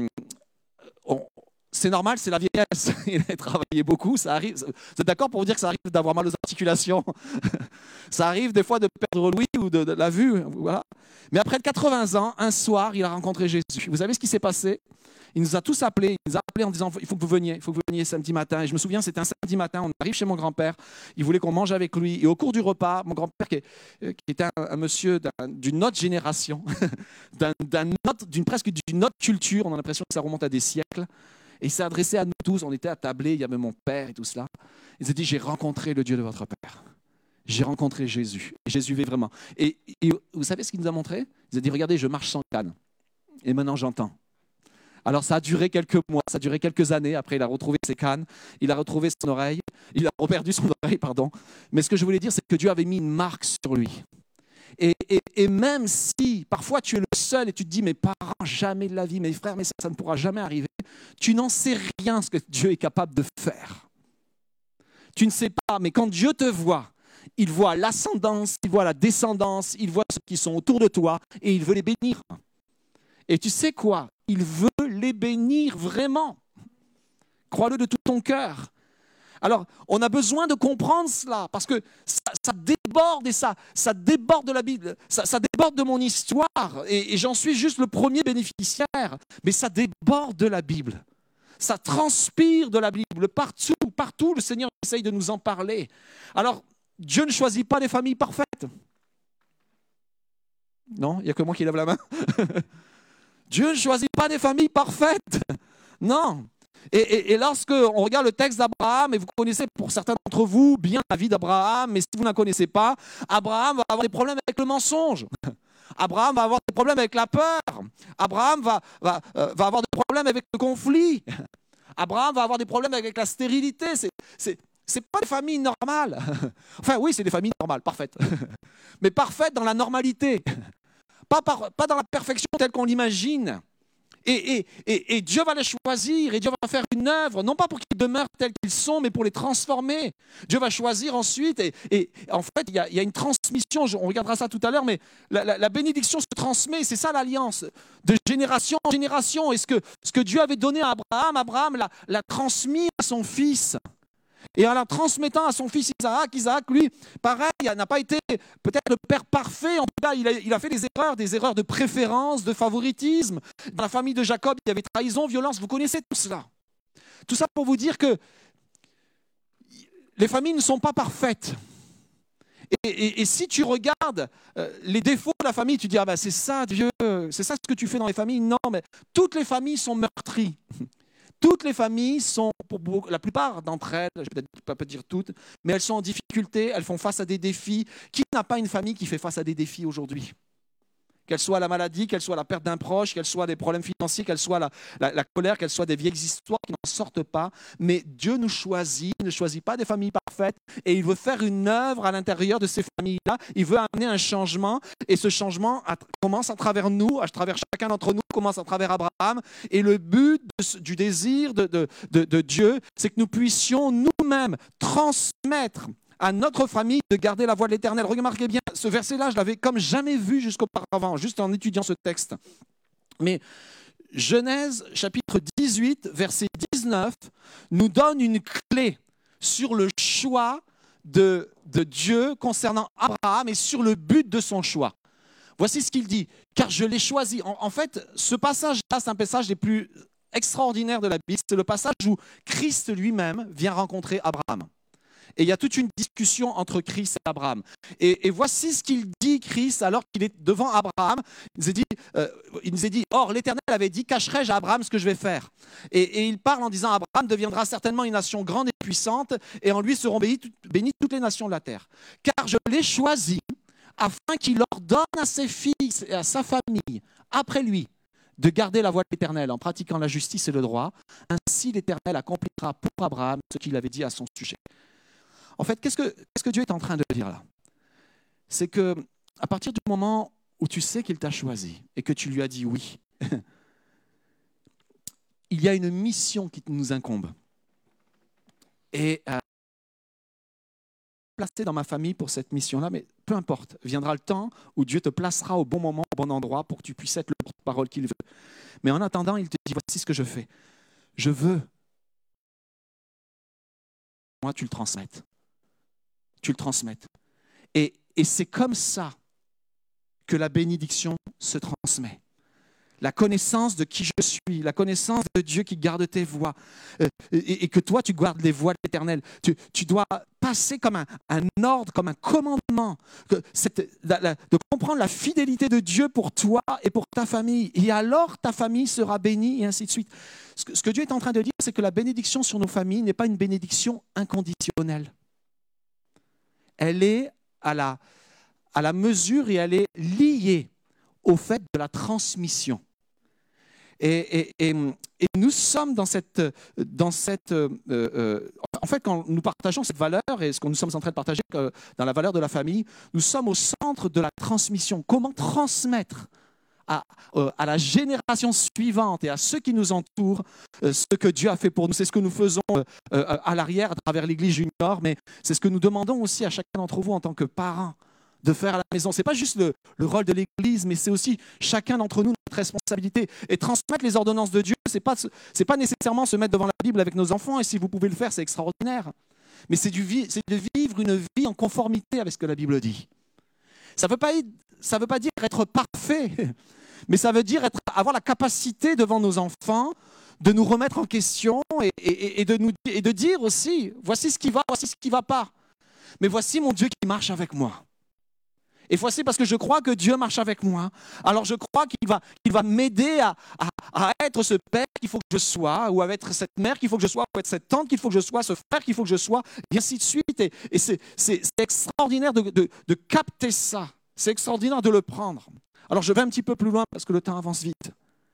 c'est normal, c'est la vieillesse. Il a travaillé beaucoup, ça arrive. Vous êtes d'accord pour vous dire que ça arrive d'avoir mal aux articulations? Ça arrive des fois de perdre l'ouïe ou de la vue. Voilà. Mais après 80 ans, un soir, il a rencontré Jésus. Vous savez ce qui s'est passé? Il nous a tous appelés, il nous a appelés en disant il faut que vous veniez ça samedi matin. Et je me souviens, c'était un samedi matin, on arrive chez mon grand-père, il voulait qu'on mange avec lui. Et au cours du repas, mon grand-père, qui était un monsieur d'une autre génération, presque d'une autre culture, on a l'impression que ça remonte à des siècles, et il s'est adressé à nous tous, on était attablés, il y avait mon père et tout cela. Il s'est dit, j'ai rencontré le Dieu de votre père. J'ai rencontré Jésus. Et Jésus vit vraiment. Et vous savez ce qu'il nous a montré? Il nous a dit, regardez, je marche sans canne. Et maintenant, j'entends. Alors, ça a duré quelques mois, ça a duré quelques années. Après, il a retrouvé ses cannes, il a retrouvé son oreille. Il a reperdu son oreille, pardon. Mais ce que je voulais dire, c'est que Dieu avait mis une marque sur lui. Et même si, parfois, tu es le seul et tu te dis, mes parents, jamais de la vie, mes frères, mes sœurs, ça ne pourra jamais arriver. Tu n'en sais rien ce que Dieu est capable de faire. Tu ne sais pas, mais quand Dieu te voit, il voit l'ascendance, il voit la descendance, il voit ceux qui sont autour de toi et il veut les bénir. Et tu sais quoi? Il veut les bénir vraiment. Crois-le de tout ton cœur. Alors, on a besoin de comprendre cela parce que ça déborde et ça déborde de la Bible, ça déborde de mon histoire et j'en suis juste le premier bénéficiaire, mais ça déborde de la Bible. Ça transpire de la Bible. Partout, le Seigneur essaye de nous en parler. Alors, Dieu ne choisit pas des familles parfaites. Non, il n'y a que moi qui lève la main. Dieu ne choisit pas des familles parfaites. Non. Et lorsque on regarde le texte d'Abraham, et vous connaissez pour certains d'entre vous bien la vie d'Abraham, mais si vous ne la connaissez pas, Abraham va avoir des problèmes avec le mensonge. Abraham va avoir des problèmes avec la peur. Abraham va avoir des problèmes avec le conflit. Abraham va avoir des problèmes avec la stérilité. C'est pas des familles normales. Enfin, oui, c'est des familles normales, parfaites. Mais parfaites dans la normalité. Pas dans la perfection telle qu'on l'imagine. Et Dieu va les choisir et Dieu va faire une œuvre, non pas pour qu'ils demeurent tels qu'ils sont, mais pour les transformer. Dieu va choisir ensuite et en fait, il y a une transmission, on regardera ça tout à l'heure, mais la bénédiction se transmet, c'est ça l'alliance, de génération en génération. Et ce que Dieu avait donné à Abraham l'a transmis à son fils. Et en la transmettant à son fils Isaac, lui, pareil, n'a pas été peut-être le père parfait. En tout cas, il a fait des erreurs de préférence, de favoritisme. Dans la famille de Jacob, il y avait trahison, violence. Vous connaissez tout cela. Tout ça pour vous dire que les familles ne sont pas parfaites. Et si tu regardes les défauts de la famille, tu dis, c'est ça, Dieu, c'est ça ce que tu fais dans les familles. Non, mais toutes les familles sont meurtries. Toutes les familles sont, pour la plupart d'entre elles, je ne vais peut-être pas dire toutes, mais elles sont en difficulté, elles font face à des défis. Qui n'a pas une famille qui fait face à des défis aujourd'hui? Qu'elle soit la maladie, qu'elle soit la perte d'un proche, qu'elle soit des problèmes financiers, qu'elle soit la colère, qu'elle soit des vieilles histoires qui n'en sortent pas. Mais Dieu nous choisit, il ne choisit pas des familles parfaites et il veut faire une œuvre à l'intérieur de ces familles-là. Il veut amener un changement et ce changement commence à travers nous, à travers chacun d'entre nous, commence à travers Abraham. Et le but du désir de Dieu, c'est que nous puissions nous-mêmes transmettre à notre famille de garder la voie de l'Éternel. Remarquez bien, ce verset-là, je l'avais comme jamais vu jusqu'auparavant, juste en étudiant ce texte. Mais Genèse, chapitre 18, verset 19, nous donne une clé sur le choix de Dieu concernant Abraham et sur le but de son choix. Voici ce qu'il dit, car je l'ai choisi. En fait, ce passage-là, c'est un passage des plus extraordinaires de la Bible. C'est le passage où Christ lui-même vient rencontrer Abraham. Et il y a toute une discussion entre Christ et Abraham. Et voici ce qu'il dit, Christ, alors qu'il est devant Abraham. Il nous a dit, or l'Éternel avait dit, cacherai-je à Abraham ce que je vais faire? Et il parle en disant, Abraham deviendra certainement une nation grande et puissante, et en lui seront bénies toutes les nations de la terre. Car je l'ai choisi afin qu'il ordonne à ses fils et à sa famille, après lui, de garder la voie de l'Éternel en pratiquant la justice et le droit. Ainsi l'Éternel accomplira pour Abraham ce qu'il avait dit à son sujet. En fait, qu'est-ce que Dieu est en train de dire là? C'est qu'à partir du moment où tu sais qu'il t'a choisi et que tu lui as dit oui, il y a une mission qui nous incombe. Et placé dans ma famille pour cette mission-là, mais peu importe. Viendra le temps où Dieu te placera au bon moment, au bon endroit pour que tu puisses être le porte-parole qu'il veut. Mais en attendant, il te dit, voici ce que je fais. Je veux. Moi, tu le transmettes. Tu le transmettes. Et c'est comme ça que la bénédiction se transmet. La connaissance de qui je suis, la connaissance de Dieu qui garde tes voies, et que toi, tu gardes les voies de l'Éternel. Tu dois passer comme un ordre, comme un commandement, de comprendre la fidélité de Dieu pour toi et pour ta famille. Et alors, ta famille sera bénie, et ainsi de suite. Ce que Dieu est en train de dire, c'est que la bénédiction sur nos familles n'est pas une bénédiction inconditionnelle. Elle est à la mesure et elle est liée au fait de la transmission. Et nous sommes dans cette en fait, quand nous partageons cette valeur et ce que nous sommes en train de partager dans la valeur de la famille, nous sommes au centre de la transmission. Comment transmettre à la génération suivante et à ceux qui nous entourent ce que Dieu a fait pour nous. C'est ce que nous faisons à l'arrière à travers l'Église junior, mais c'est ce que nous demandons aussi à chacun d'entre vous en tant que parents de faire à la maison. Ce n'est pas juste le rôle de l'Église, mais c'est aussi chacun d'entre nous notre responsabilité. Et transmettre les ordonnances de Dieu, c'est pas nécessairement se mettre devant la Bible avec nos enfants, et si vous pouvez le faire, c'est extraordinaire. Mais c'est de vivre une vie en conformité avec ce que la Bible dit. Ça veut pas dire être parfait, mais ça veut dire avoir la capacité devant nos enfants de nous remettre en question et de dire aussi, voici ce qui va, voici ce qui ne va pas. Mais voici mon Dieu qui marche avec moi. Et voici parce que je crois que Dieu marche avec moi. Alors je crois qu'il va m'aider à être ce père qu'il faut que je sois, ou à être cette mère qu'il faut que je sois, ou à être cette tante qu'il faut que je sois, ce frère qu'il faut que je sois, et ainsi de suite. Et c'est extraordinaire de capter ça. C'est extraordinaire de le prendre. Alors je vais un petit peu plus loin parce que le temps avance vite.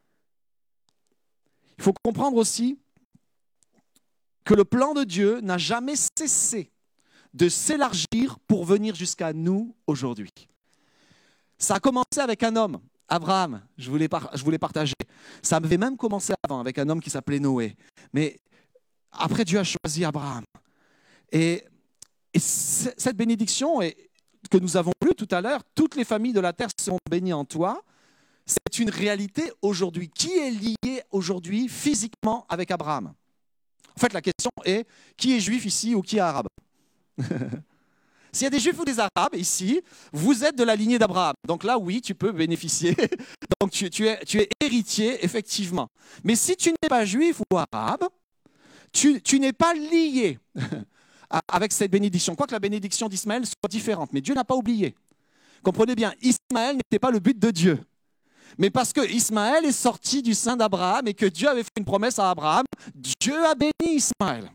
Il faut comprendre aussi que le plan de Dieu n'a jamais cessé de s'élargir pour venir jusqu'à nous aujourd'hui. Ça a commencé avec un homme, Abraham, je voulais partager. Ça avait même commencé avant avec un homme qui s'appelait Noé. Mais après, Dieu a choisi Abraham. Et cette bénédiction que nous avons lue tout à l'heure, toutes les familles de la terre seront bénies en toi, c'est une réalité aujourd'hui. Qui est lié aujourd'hui physiquement avec Abraham? En fait, la question est, qui est juif ici ou qui est arabe? S'il y a des juifs ou des arabes ici, vous êtes de la lignée d'Abraham. Donc là, oui, tu peux bénéficier. Donc tu es héritier, effectivement. Mais si tu n'es pas juif ou arabe, tu n'es pas lié avec cette bénédiction. Quoique la bénédiction d'Ismaël soit différente. Mais Dieu n'a pas oublié. Comprenez bien, Ismaël n'était pas le but de Dieu. Mais parce que Ismaël est sorti du sein d'Abraham et que Dieu avait fait une promesse à Abraham, Dieu a béni Ismaël.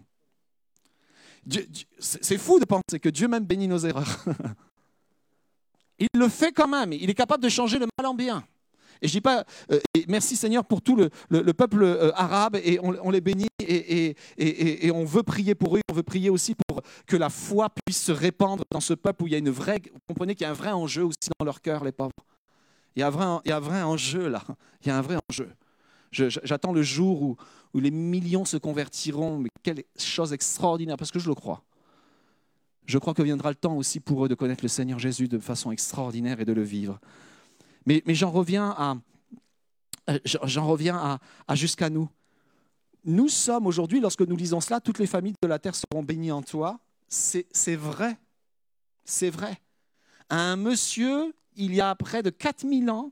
C'est fou de penser que Dieu même bénit nos erreurs. Il le fait quand même. Il est capable de changer le mal en bien. Et je dis pas, merci Seigneur pour tout le peuple arabe, et on les bénit et on veut prier pour eux. On veut prier aussi pour que la foi puisse se répandre dans ce peuple où il y a vous comprenez qu'il y a un vrai enjeu aussi dans leur cœur, les pauvres. Il y a un vrai enjeu là. Il y a un vrai enjeu. J'attends le jour où les millions se convertiront, mais quelle chose extraordinaire, parce que je le crois. Je crois que viendra le temps aussi pour eux de connaître le Seigneur Jésus de façon extraordinaire et de le vivre. Mais j'en reviens à jusqu'à nous. Nous sommes aujourd'hui, lorsque nous lisons cela, toutes les familles de la terre seront bénies en toi. C'est vrai. C'est vrai. Un monsieur, il y a près de 4000 ans,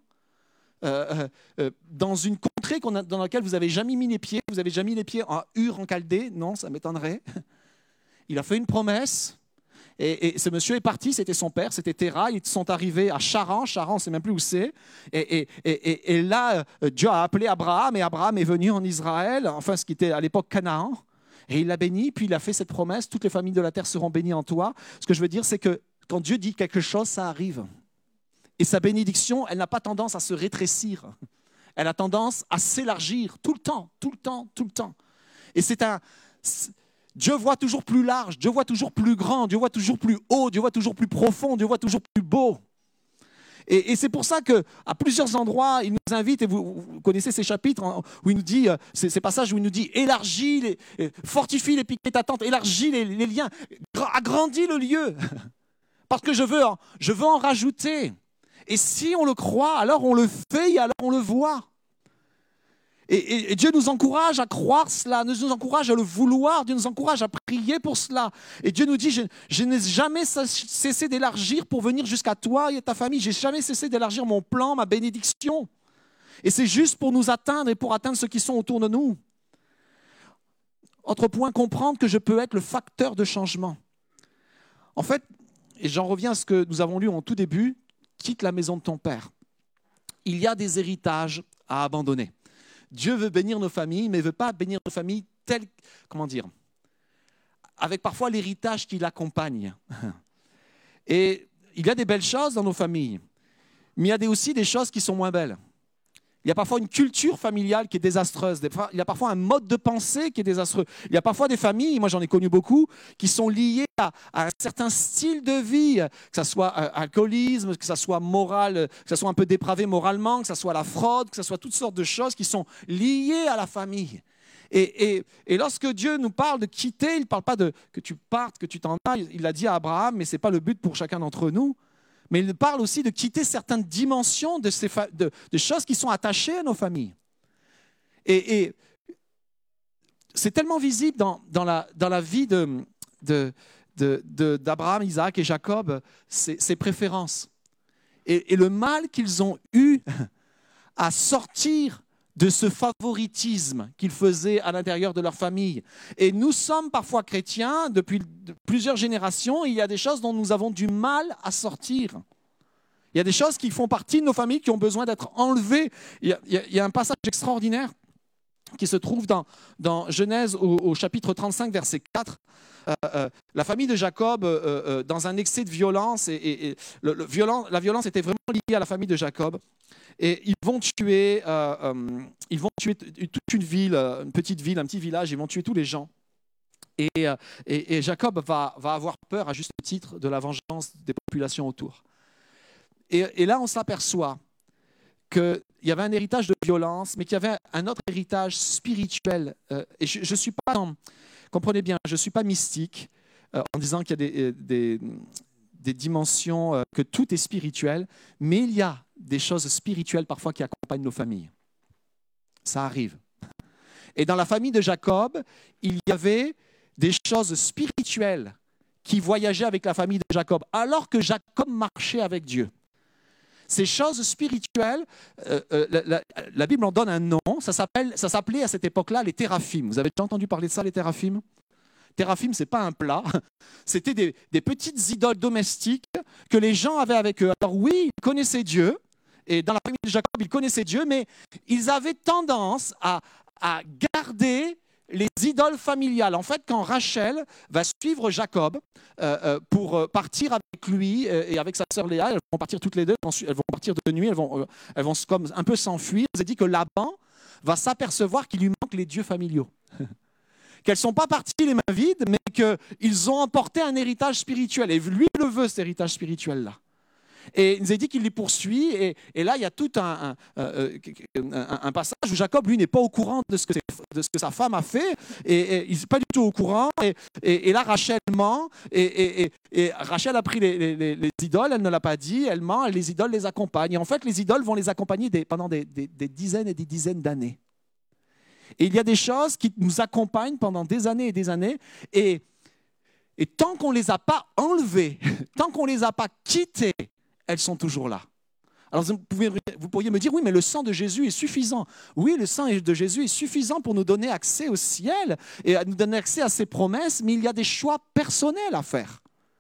dans une contrée dans laquelle vous n'avez jamais mis les pieds, vous n'avez jamais mis les pieds en Ur en Chaldée, non, ça m'étonnerait. Il a fait une promesse, et ce monsieur est parti, c'était son père, c'était Terah, ils sont arrivés à Charan, on ne sait même plus où c'est, et là, Dieu a appelé Abraham, et Abraham est venu en Israël, enfin ce qui était à l'époque Canaan, et il l'a béni, puis il a fait cette promesse, toutes les familles de la terre seront bénies en toi. Ce que je veux dire, c'est que quand Dieu dit quelque chose, ça arrive. Et sa bénédiction, elle n'a pas tendance à se rétrécir. Elle a tendance à s'élargir tout le temps, tout le temps, tout le temps. Et Dieu voit toujours plus large, Dieu voit toujours plus grand, Dieu voit toujours plus haut, Dieu voit toujours plus profond, Dieu voit toujours plus beau. Et c'est pour ça qu'à plusieurs endroits, il nous invite, et vous connaissez ces chapitres où il nous dit, ces passages où il nous dit, élargis, fortifie les piquets de ta tente, élargis les liens, agrandis le lieu. Parce que je veux en rajouter. Et si on le croit, alors on le fait et alors on le voit. Et Dieu nous encourage à croire cela, Dieu nous encourage à le vouloir, Dieu nous encourage à prier pour cela. Et Dieu nous dit, je n'ai jamais cessé d'élargir pour venir jusqu'à toi et à ta famille. Je n'ai jamais cessé d'élargir mon plan, ma bénédiction. Et c'est juste pour nous atteindre et pour atteindre ceux qui sont autour de nous. Autre point, comprendre que je peux être le facteur de changement. En fait, et j'en reviens à ce que nous avons lu en tout début, quitte la maison de ton père. Il y a des héritages à abandonner. Dieu veut bénir nos familles, mais il ne veut pas bénir nos familles telles, avec parfois l'héritage qui l'accompagne. Et il y a des belles choses dans nos familles, mais il y a aussi des choses qui sont moins belles. Il y a parfois une culture familiale qui est désastreuse. Il y a parfois un mode de pensée qui est désastreux. Il y a parfois des familles, moi j'en ai connu beaucoup, qui sont liées à un certain style de vie, que ce soit alcoolisme, que ce soit moral, que ce soit un peu dépravé moralement, que ce soit la fraude, que ce soit toutes sortes de choses qui sont liées à la famille. Et lorsque Dieu nous parle de quitter, il ne parle pas de que tu partes, que tu t'en ailles. Il l'a dit à Abraham, mais ce n'est pas le but pour chacun d'entre nous. Mais il parle aussi de quitter certaines dimensions de choses qui sont attachées à nos familles. Et c'est tellement visible dans la vie d'Abraham, Isaac et Jacob, ces préférences. Et le mal qu'ils ont eu à sortir de ce favoritisme qu'ils faisaient à l'intérieur de leur famille. Et nous sommes parfois chrétiens depuis plusieurs générations, et il y a des choses dont nous avons du mal à sortir. Il y a des choses qui font partie de nos familles qui ont besoin d'être enlevées. Il y a un passage extraordinaire qui se trouve dans Genèse au chapitre 35, verset 4. La famille de Jacob, dans un excès de violence, la violence était vraiment liée à la famille de Jacob. Et ils vont tuer toute une ville, une petite ville, un petit village, ils vont tuer tous les gens. Et Jacob va avoir peur, à juste titre, de la vengeance des populations autour. Et là, on s'aperçoit qu'il y avait un héritage de violence, mais qu'il y avait un autre héritage spirituel. Et je ne suis pas, comprenez bien, je ne suis pas mystique en disant qu'il y a des dimensions, que tout est spirituel, mais il y a des choses spirituelles parfois qui accompagnent nos familles. Ça arrive. Et dans la famille de Jacob, il y avait des choses spirituelles qui voyageaient avec la famille de Jacob, alors que Jacob marchait avec Dieu. Ces choses spirituelles, la Bible en donne un nom, ça s'appelait à cette époque-là les téraphim. Vous avez déjà entendu parler de ça, les téraphim ? Téraphim, ce n'est pas un plat, c'était des petites idoles domestiques que les gens avaient avec eux. Alors oui, ils connaissaient Dieu, et dans la famille de Jacob, ils connaissaient Dieu, mais ils avaient tendance à garder les idoles familiales. En fait, quand Rachel va suivre Jacob pour partir avec lui et avec sa sœur Léa, elles vont partir toutes les deux, elles vont partir de nuit, elles vont comme un peu s'enfuir. Elle dit que Laban va s'apercevoir qu'il lui manque les dieux familiaux. Qu'elles ne sont pas parties les mains vides, mais qu'ils ont emporté un héritage spirituel. Et lui, il le veut, cet héritage spirituel-là. Et il nous a dit qu'il les poursuit. Et là, il y a tout un passage où Jacob, lui, n'est pas au courant de ce que sa femme a fait. Et il n'est pas du tout au courant. Et là, Rachel ment. Et Rachel a pris les idoles, elle ne l'a pas dit. Elle ment, et les idoles les accompagnent. Et en fait, les idoles vont les accompagner pendant des dizaines et des dizaines d'années. Et il y a des choses qui nous accompagnent pendant des années et des années. Et tant qu'on ne les a pas enlevées, tant qu'on ne les a pas quittées, elles sont toujours là. Alors vous pourriez me dire, oui, mais le sang de Jésus est suffisant. Oui, le sang de Jésus est suffisant pour nous donner accès au ciel et à nous donner accès à ses promesses, mais il y a des choix personnels à faire.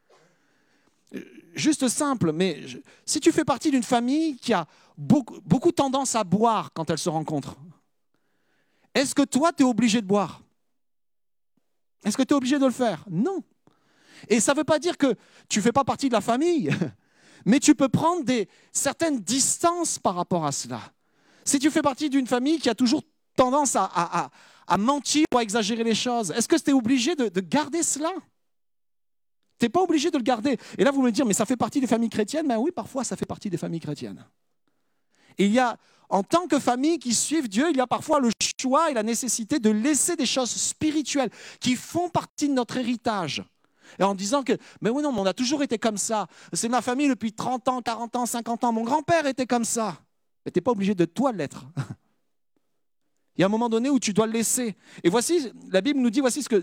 Juste simple, mais si tu fais partie d'une famille qui a beaucoup tendance à boire quand elle se rencontre, est-ce que toi, tu es obligé de boire? Est-ce que tu es obligé de le faire? Non. Et ça ne veut pas dire que tu ne fais pas partie de la famille, mais tu peux prendre certaines distances par rapport à cela. Si tu fais partie d'une famille qui a toujours tendance à mentir ou à exagérer les choses, est-ce que tu es obligé de garder cela? Tu n'es pas obligé de le garder. Et là, vous me dites, mais ça fait partie des familles chrétiennes. Ben oui, parfois, ça fait partie des familles chrétiennes. Et il y a, en tant que famille qui suivent Dieu, il y a parfois le choix et la nécessité de laisser des choses spirituelles qui font partie de notre héritage. Et en disant que, mais oui, non, mais on a toujours été comme ça. C'est ma famille depuis 30 ans, 40 ans, 50 ans. Mon grand-père était comme ça. Mais tu n'es pas obligé de toi l'être. Il y a un moment donné où tu dois le laisser. Et voici, la Bible nous dit, voici ce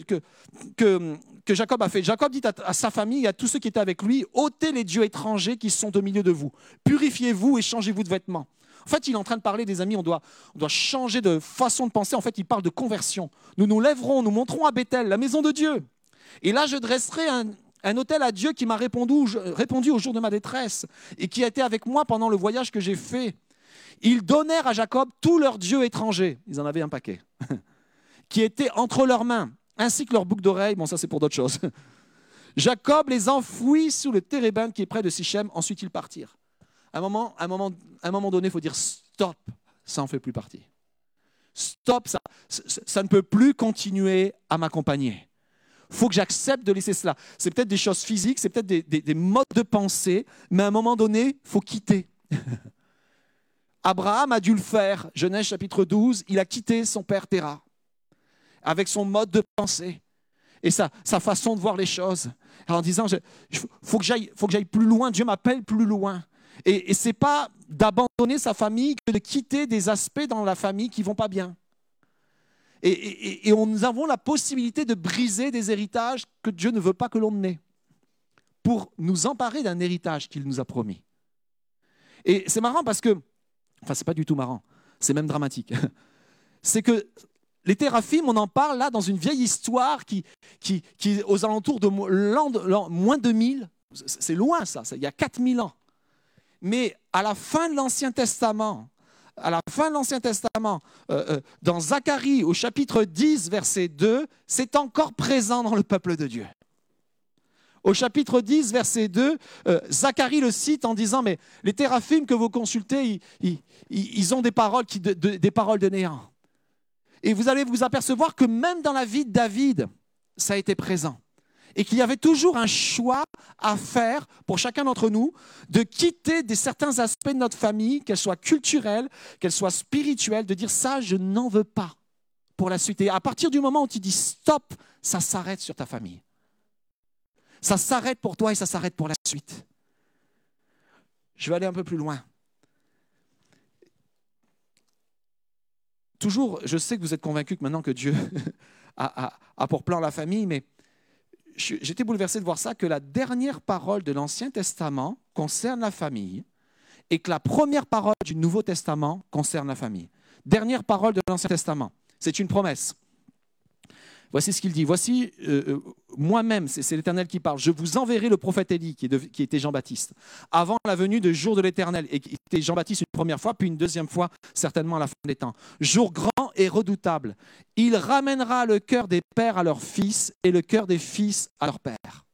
que Jacob a fait. Jacob dit à sa famille et à tous ceux qui étaient avec lui, ôtez les dieux étrangers qui sont au milieu de vous. Purifiez-vous et changez-vous de vêtements. En fait, il est en train de parler, des amis, on doit changer de façon de penser. En fait, il parle de conversion. Nous nous lèverons, nous monterons à Bethel, la maison de Dieu. Et là, je dresserai un autel à Dieu qui m'a répondu au jour de ma détresse et qui a été avec moi pendant le voyage que j'ai fait. Ils donnèrent à Jacob tous leurs dieux étrangers, ils en avaient un paquet, qui étaient entre leurs mains, ainsi que leurs boucles d'oreilles. Bon, ça c'est pour d'autres choses. Jacob les enfouit sous le térébinthe qui est près de Sichem, ensuite ils partirent. À un moment donné, il faut dire stop, ça n'en fait plus partie. Stop, ça ne peut plus continuer à m'accompagner. Il faut que j'accepte de laisser cela. C'est peut-être des choses physiques, c'est peut-être des modes de pensée, mais à un moment donné, il faut quitter. Abraham a dû le faire. Genèse chapitre 12, il a quitté son père Téra avec son mode de pensée et sa façon de voir les choses. En disant, faut que j'aille plus loin, Dieu m'appelle plus loin. Et ce n'est pas d'abandonner sa famille que de quitter des aspects dans la famille qui ne vont pas bien. Et nous avons la possibilité de briser des héritages que Dieu ne veut pas que l'on ait pour nous emparer d'un héritage qu'il nous a promis. Et c'est marrant parce que, enfin c'est pas du tout marrant, c'est même dramatique. C'est que les Téraphim, on en parle là dans une vieille histoire qui est aux alentours de moins de 1000, c'est loin ça, il y a 4000 ans. Mais à la fin de l'Ancien Testament, dans Zacharie au chapitre 10, verset 2, c'est encore présent dans le peuple de Dieu. Au chapitre 10, verset 2, Zacharie le cite en disant « Mais les Téraphim que vous consultez, ils ont des paroles de néant. » Et vous allez vous apercevoir que même dans la vie de David, ça a été présent. Et qu'il y avait toujours un choix à faire pour chacun d'entre nous de quitter certains aspects de notre famille, qu'elles soient culturelles, qu'elles soient spirituelles, de dire ça, je n'en veux pas pour la suite. Et à partir du moment où tu dis stop, ça s'arrête sur ta famille. Ça s'arrête pour toi et ça s'arrête pour la suite. Je vais aller un peu plus loin. Toujours, je sais que vous êtes convaincus que maintenant que Dieu a pour plan la famille, mais j'étais bouleversé de voir ça, que la dernière parole de l'Ancien Testament concerne la famille et que la première parole du Nouveau Testament concerne la famille. Dernière parole de l'Ancien Testament, c'est une promesse. Voici ce qu'il dit. Voici, moi-même, c'est l'Éternel qui parle, je vous enverrai le prophète Élie, qui était Jean-Baptiste, avant la venue de jour de l'Éternel, et qui était Jean-Baptiste une première fois, puis une deuxième fois, certainement à la fin des temps. Jour grand et redoutable. Il ramènera le cœur des pères à leurs fils et le cœur des fils à leurs pères.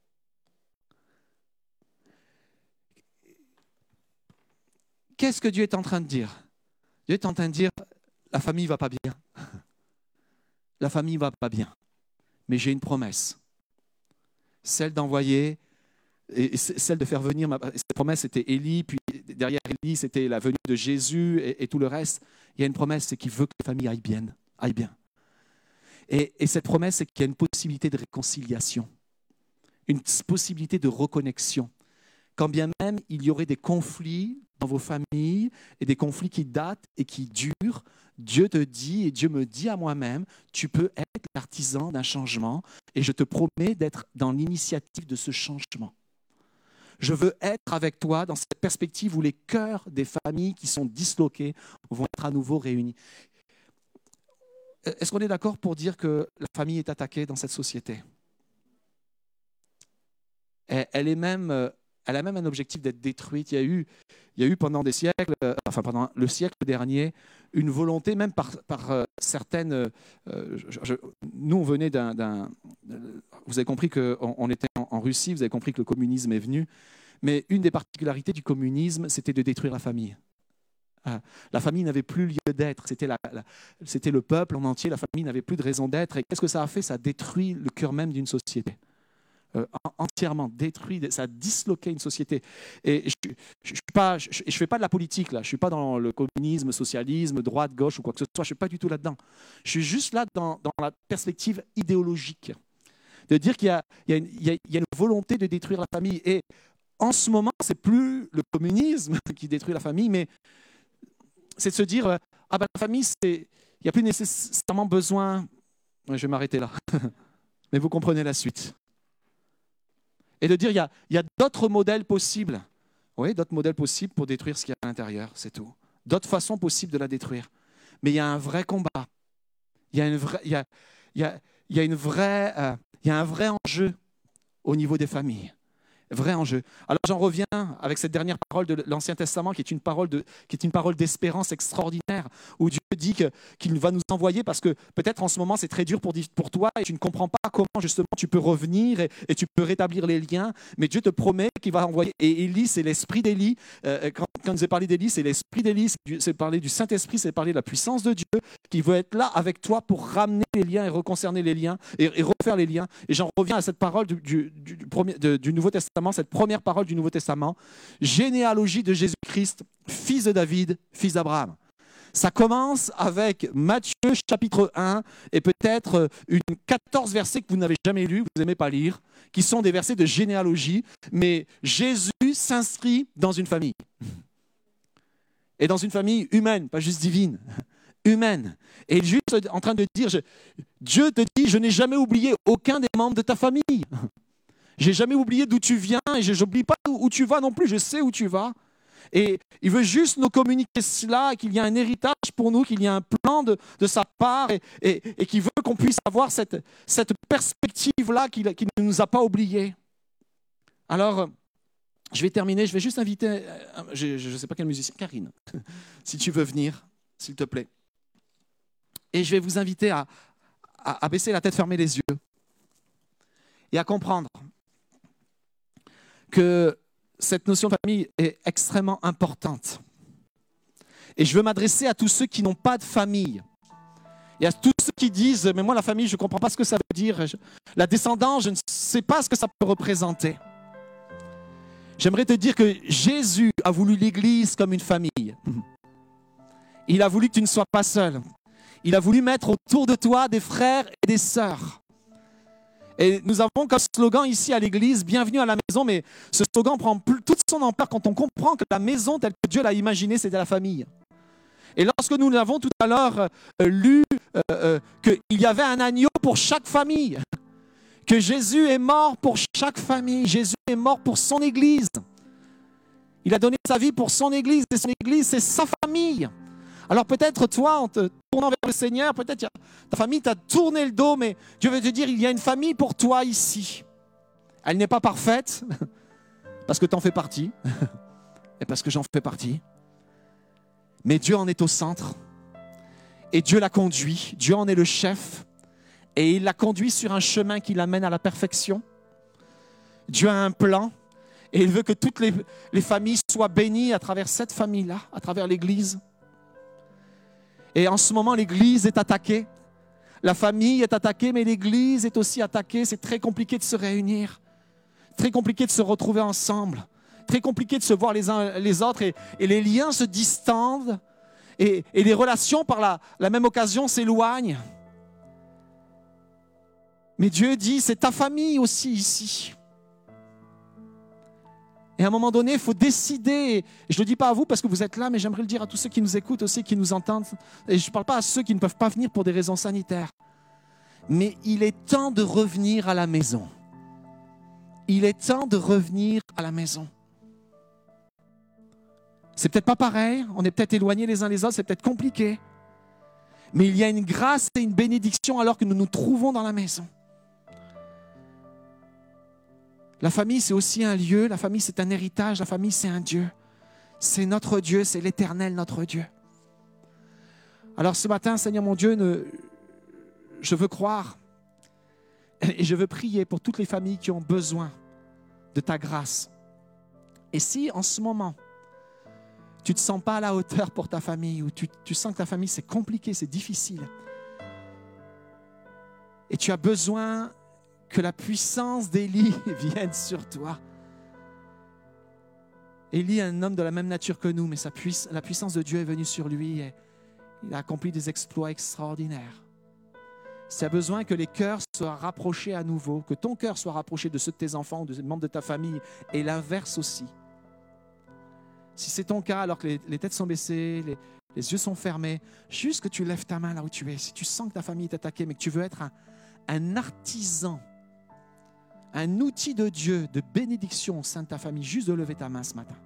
Qu'est-ce que Dieu est en train de dire? Dieu est en train de dire, la famille ne va pas bien. La famille ne va pas bien, mais j'ai une promesse, celle d'envoyer, et celle de faire venir, cette promesse c'était Élie, puis derrière Élie c'était la venue de Jésus et tout le reste. Il y a une promesse, c'est qu'il veut que la famille aille bien. Et cette promesse, c'est qu'il y a une possibilité de réconciliation, une possibilité de reconnexion. Quand bien même il y aurait des conflits dans vos familles et des conflits qui datent et qui durent, Dieu te dit et Dieu me dit à moi-même, tu peux être l'artisan d'un changement et je te promets d'être dans l'initiative de ce changement. Je veux être avec toi dans cette perspective où les cœurs des familles qui sont disloquées vont être à nouveau réunis. Est-ce qu'on est d'accord pour dire que la famille est attaquée dans cette société? Elle a même un objectif d'être détruite. Il y a eu pendant des siècles, pendant le siècle dernier, une volonté, même par certaines... nous, on venait vous avez compris qu'on était en Russie, vous avez compris que le communisme est venu, mais une des particularités du communisme, c'était de détruire la famille. La famille n'avait plus lieu d'être, c'était le peuple en entier, la famille n'avait plus de raison d'être. Et qu'est-ce que ça a fait? Ça a détruit le cœur même d'une société. entièrement détruit, ça a disloqué une société. Et je ne fais pas de la politique, là. Je ne suis pas dans le communisme, socialisme, droite, gauche ou quoi que ce soit. Je ne suis pas du tout là-dedans. Je suis juste là dans la perspective idéologique, de dire qu'il y a une volonté de détruire la famille. Et en ce moment, ce n'est plus le communisme qui détruit la famille, mais c'est de se dire, la famille, il n'y a plus nécessairement besoin... Je vais m'arrêter là, mais vous comprenez la suite. Et de dire, il y a d'autres modèles possibles. Oui, d'autres modèles possibles pour détruire ce qu'il y a à l'intérieur, c'est tout. D'autres façons possibles de la détruire. Mais il y a un vrai combat. Il y a un vrai enjeu au niveau des familles. Vrai enjeu. Alors j'en reviens avec cette dernière parole de l'Ancien Testament qui est une parole d'espérance extraordinaire, où Dieu dit qu'il va nous envoyer parce que peut-être en ce moment c'est très dur pour toi et tu ne comprends pas comment justement tu peux revenir et tu peux rétablir les liens, mais Dieu te promet qu'il va envoyer. Et Élie, c'est l'esprit d'Élie. Quand nous ai parlé d'Élie, c'est l'esprit d'Élie, c'est parler du Saint-Esprit, c'est parler de la puissance de Dieu qui veut être là avec toi pour ramener les liens et reconcerner les liens et refaire les liens. Et j'en reviens à cette parole du Nouveau Testament, cette première parole du Nouveau Testament, généalogie de Jésus-Christ, fils de David, fils d'Abraham. Ça commence avec Matthieu chapitre 1 et peut-être 14 versets que vous n'avez jamais lus, vous n'aimez pas lire, qui sont des versets de généalogie, mais Jésus s'inscrit dans une famille. Et dans une famille humaine, pas juste divine, humaine. Et juste en train de dire, Dieu te dit, je n'ai jamais oublié aucun des membres de ta famille. J'ai jamais oublié d'où tu viens et je n'oublie pas où tu vas non plus, je sais où tu vas. Et il veut juste nous communiquer cela, qu'il y a un héritage pour nous, qu'il y a un plan de sa part et qu'il veut qu'on puisse avoir cette perspective-là qu'il ne nous a pas oubliée. Alors, je vais terminer, je vais juste inviter, je ne sais pas quel musicien, Karine, si tu veux venir, s'il te plaît. Et je vais vous inviter à baisser la tête, fermer les yeux et à comprendre que cette notion de famille est extrêmement importante. Et je veux m'adresser à tous ceux qui n'ont pas de famille. Et à tous ceux qui disent, mais moi la famille, je ne comprends pas ce que ça veut dire. La descendance, je ne sais pas ce que ça peut représenter. J'aimerais te dire que Jésus a voulu l'Église comme une famille. Il a voulu que tu ne sois pas seul. Il a voulu mettre autour de toi des frères et des sœurs. Et nous avons comme slogan ici à l'église, bienvenue à la maison, mais ce slogan prend toute son ampleur quand on comprend que la maison telle que Dieu l'a imaginée, c'était la famille. Et lorsque nous l'avons tout à l'heure lu, qu'il y avait un agneau pour chaque famille, que Jésus est mort pour chaque famille, Jésus est mort pour son église. Il a donné sa vie pour son église, et son église, c'est sa famille. Alors peut-être toi, en te tournant vers le Seigneur, peut-être ta famille t'a tourné le dos, mais Dieu veut te dire, il y a une famille pour toi ici. Elle n'est pas parfaite, parce que tu en fais partie, et parce que j'en fais partie. Mais Dieu en est au centre, et Dieu l'a conduit, Dieu en est le chef, et il l'a conduit sur un chemin qui l'amène à la perfection. Dieu a un plan, et il veut que toutes les familles soient bénies à travers cette famille-là, à travers l'Église. Et en ce moment, l'Église est attaquée. La famille est attaquée, mais l'Église est aussi attaquée. C'est très compliqué de se réunir. Très compliqué de se retrouver ensemble. Très compliqué de se voir les uns les autres. Et les liens se distendent. Et les relations, par la même occasion, s'éloignent. Mais Dieu dit, c'est ta famille aussi ici. Et à un moment donné, il faut décider, et je ne le dis pas à vous parce que vous êtes là, mais j'aimerais le dire à tous ceux qui nous écoutent aussi, qui nous entendent. Et je ne parle pas à ceux qui ne peuvent pas venir pour des raisons sanitaires. Mais il est temps de revenir à la maison. Il est temps de revenir à la maison. C'est peut-être pas pareil, on est peut-être éloignés les uns les autres, c'est peut-être compliqué. Mais il y a une grâce et une bénédiction alors que nous nous trouvons dans la maison. La famille, c'est aussi un lieu, la famille, c'est un héritage, la famille, c'est un Dieu. C'est notre Dieu, c'est l'Éternel, notre Dieu. Alors ce matin, Seigneur mon Dieu, je veux croire et je veux prier pour toutes les familles qui ont besoin de ta grâce. Et si en ce moment, tu ne te sens pas à la hauteur pour ta famille, ou tu sens que ta famille, c'est compliqué, c'est difficile, et tu as besoin que la puissance d'Élie vienne sur toi. Élie est un homme de la même nature que nous, mais la puissance de Dieu est venue sur lui et il a accompli des exploits extraordinaires. Si tu as besoin que les cœurs soient rapprochés à nouveau, que ton cœur soit rapproché de ceux de tes enfants ou des membres de ta famille, et l'inverse aussi. Si c'est ton cas, alors que les têtes sont baissées, les yeux sont fermés, juste que tu lèves ta main là où tu es. Si tu sens que ta famille est attaquée, mais que tu veux être un artisan, un outil de Dieu, de bénédiction au sein de ta famille, juste de lever ta main ce matin.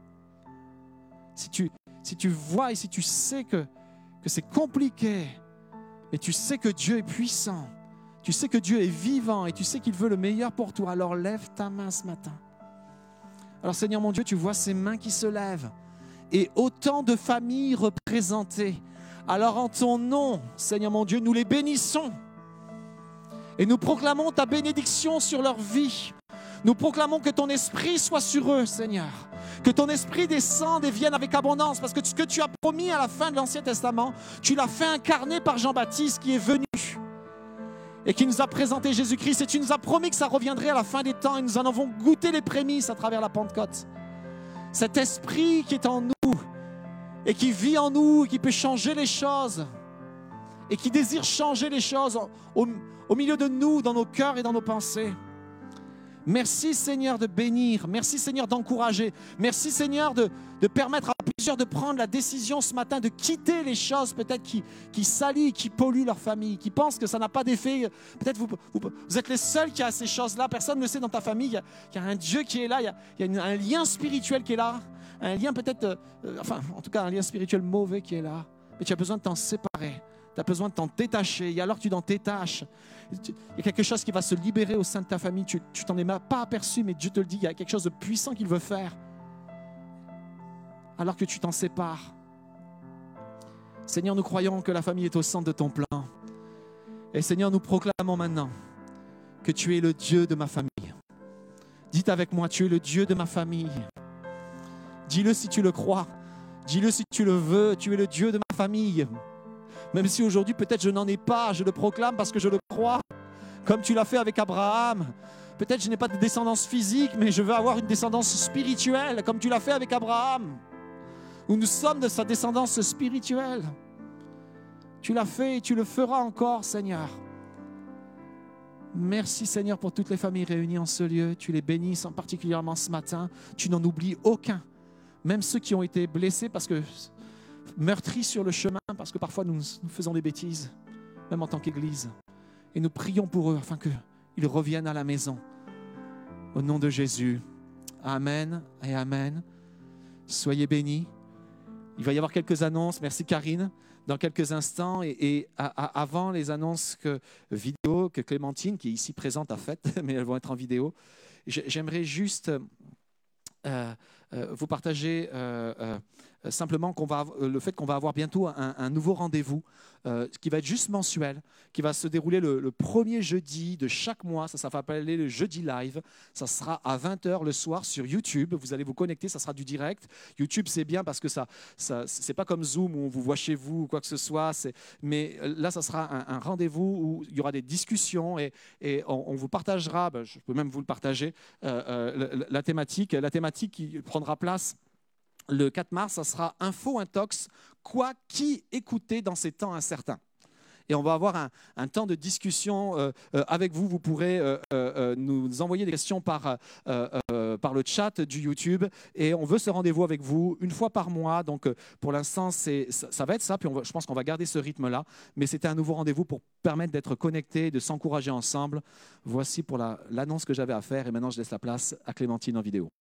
Si tu vois et si tu sais que c'est compliqué, mais tu sais que Dieu est puissant, tu sais que Dieu est vivant et tu sais qu'il veut le meilleur pour toi, alors lève ta main ce matin. Alors Seigneur mon Dieu, tu vois ces mains qui se lèvent et autant de familles représentées. Alors en ton nom, Seigneur mon Dieu, nous les bénissons et nous proclamons ta bénédiction sur leur vie. Nous proclamons que ton esprit soit sur eux, Seigneur. Que ton esprit descende et vienne avec abondance, parce que ce que tu as promis à la fin de l'Ancien Testament, tu l'as fait incarner par Jean-Baptiste qui est venu et qui nous a présenté Jésus-Christ. Et tu nous as promis que ça reviendrait à la fin des temps et nous en avons goûté les prémices à travers la Pentecôte. Cet esprit qui est en nous et qui vit en nous, et qui peut changer les choses et qui désire changer les choses au milieu de nous, dans nos cœurs et dans nos pensées. Merci Seigneur de bénir, merci Seigneur d'encourager, merci Seigneur de permettre à plusieurs de prendre la décision ce matin de quitter les choses peut-être qui salissent, qui polluent leur famille, qui pensent que ça n'a pas d'effet. Peut-être vous êtes les seuls qui a ces choses-là, personne ne le sait dans ta famille, il y a un Dieu qui est là, il y a un lien spirituel qui est là, un lien peut-être, en tout cas un lien spirituel mauvais qui est là, mais tu as besoin de t'en séparer. Tu as besoin de t'en détacher. Et alors que tu t'en détaches, il y a quelque chose qui va se libérer au sein de ta famille. Tu t'en es pas aperçu, mais Dieu te le dit, il y a quelque chose de puissant qu'il veut faire. Alors que tu t'en sépares. Seigneur, nous croyons que la famille est au centre de ton plan. Et Seigneur, nous proclamons maintenant que tu es le Dieu de ma famille. Dites avec moi, tu es le Dieu de ma famille. Dis-le si tu le crois. Dis-le si tu le veux. Tu es le Dieu de ma famille. Même si aujourd'hui peut-être je n'en ai pas, je le proclame parce que je le crois, comme tu l'as fait avec Abraham. Peut-être je n'ai pas de descendance physique, mais je veux avoir une descendance spirituelle, comme tu l'as fait avec Abraham, où nous sommes de sa descendance spirituelle. Tu l'as fait et tu le feras encore, Seigneur. Merci Seigneur pour toutes les familles réunies en ce lieu. Tu les bénis particulièrement ce matin. Tu n'en oublies aucun, même ceux qui ont été blessés parce que meurtris sur le chemin, parce que parfois nous faisons des bêtises, même en tant qu'Église. Et nous prions pour eux afin qu'ils reviennent à la maison. Au nom de Jésus. Amen et Amen. Soyez bénis. Il va y avoir quelques annonces. Merci Karine. Dans quelques instants. Et avant les annonces vidéo que Clémentine, qui est ici présente, a faites, mais elles vont être en vidéo, j'aimerais juste vous partager simplement le fait qu'on va avoir bientôt un nouveau rendez-vous qui va être juste mensuel, qui va se dérouler le premier jeudi de chaque mois. Ça va s'appeler le jeudi live. Ça sera à 20h le soir sur YouTube. Vous allez vous connecter, ça sera du direct. YouTube, c'est bien parce que c'est pas comme Zoom où on vous voit chez vous ou quoi que ce soit. Mais là, ça sera un rendez-vous où il y aura des discussions et on vous partagera, je peux même vous le partager, la thématique qui prendra place le 4 mars, ça sera Info Intox, qui écouter dans ces temps incertains. Et on va avoir un temps de discussion avec vous. Vous pourrez nous envoyer des questions par le chat du YouTube. Et on veut ce rendez-vous avec vous une fois par mois. Donc pour l'instant, ça va être ça. Puis je pense qu'on va garder ce rythme-là. Mais c'était un nouveau rendez-vous pour permettre d'être connectés, de s'encourager ensemble. Voici pour l'annonce que j'avais à faire. Et maintenant, je laisse la place à Clémentine en vidéo.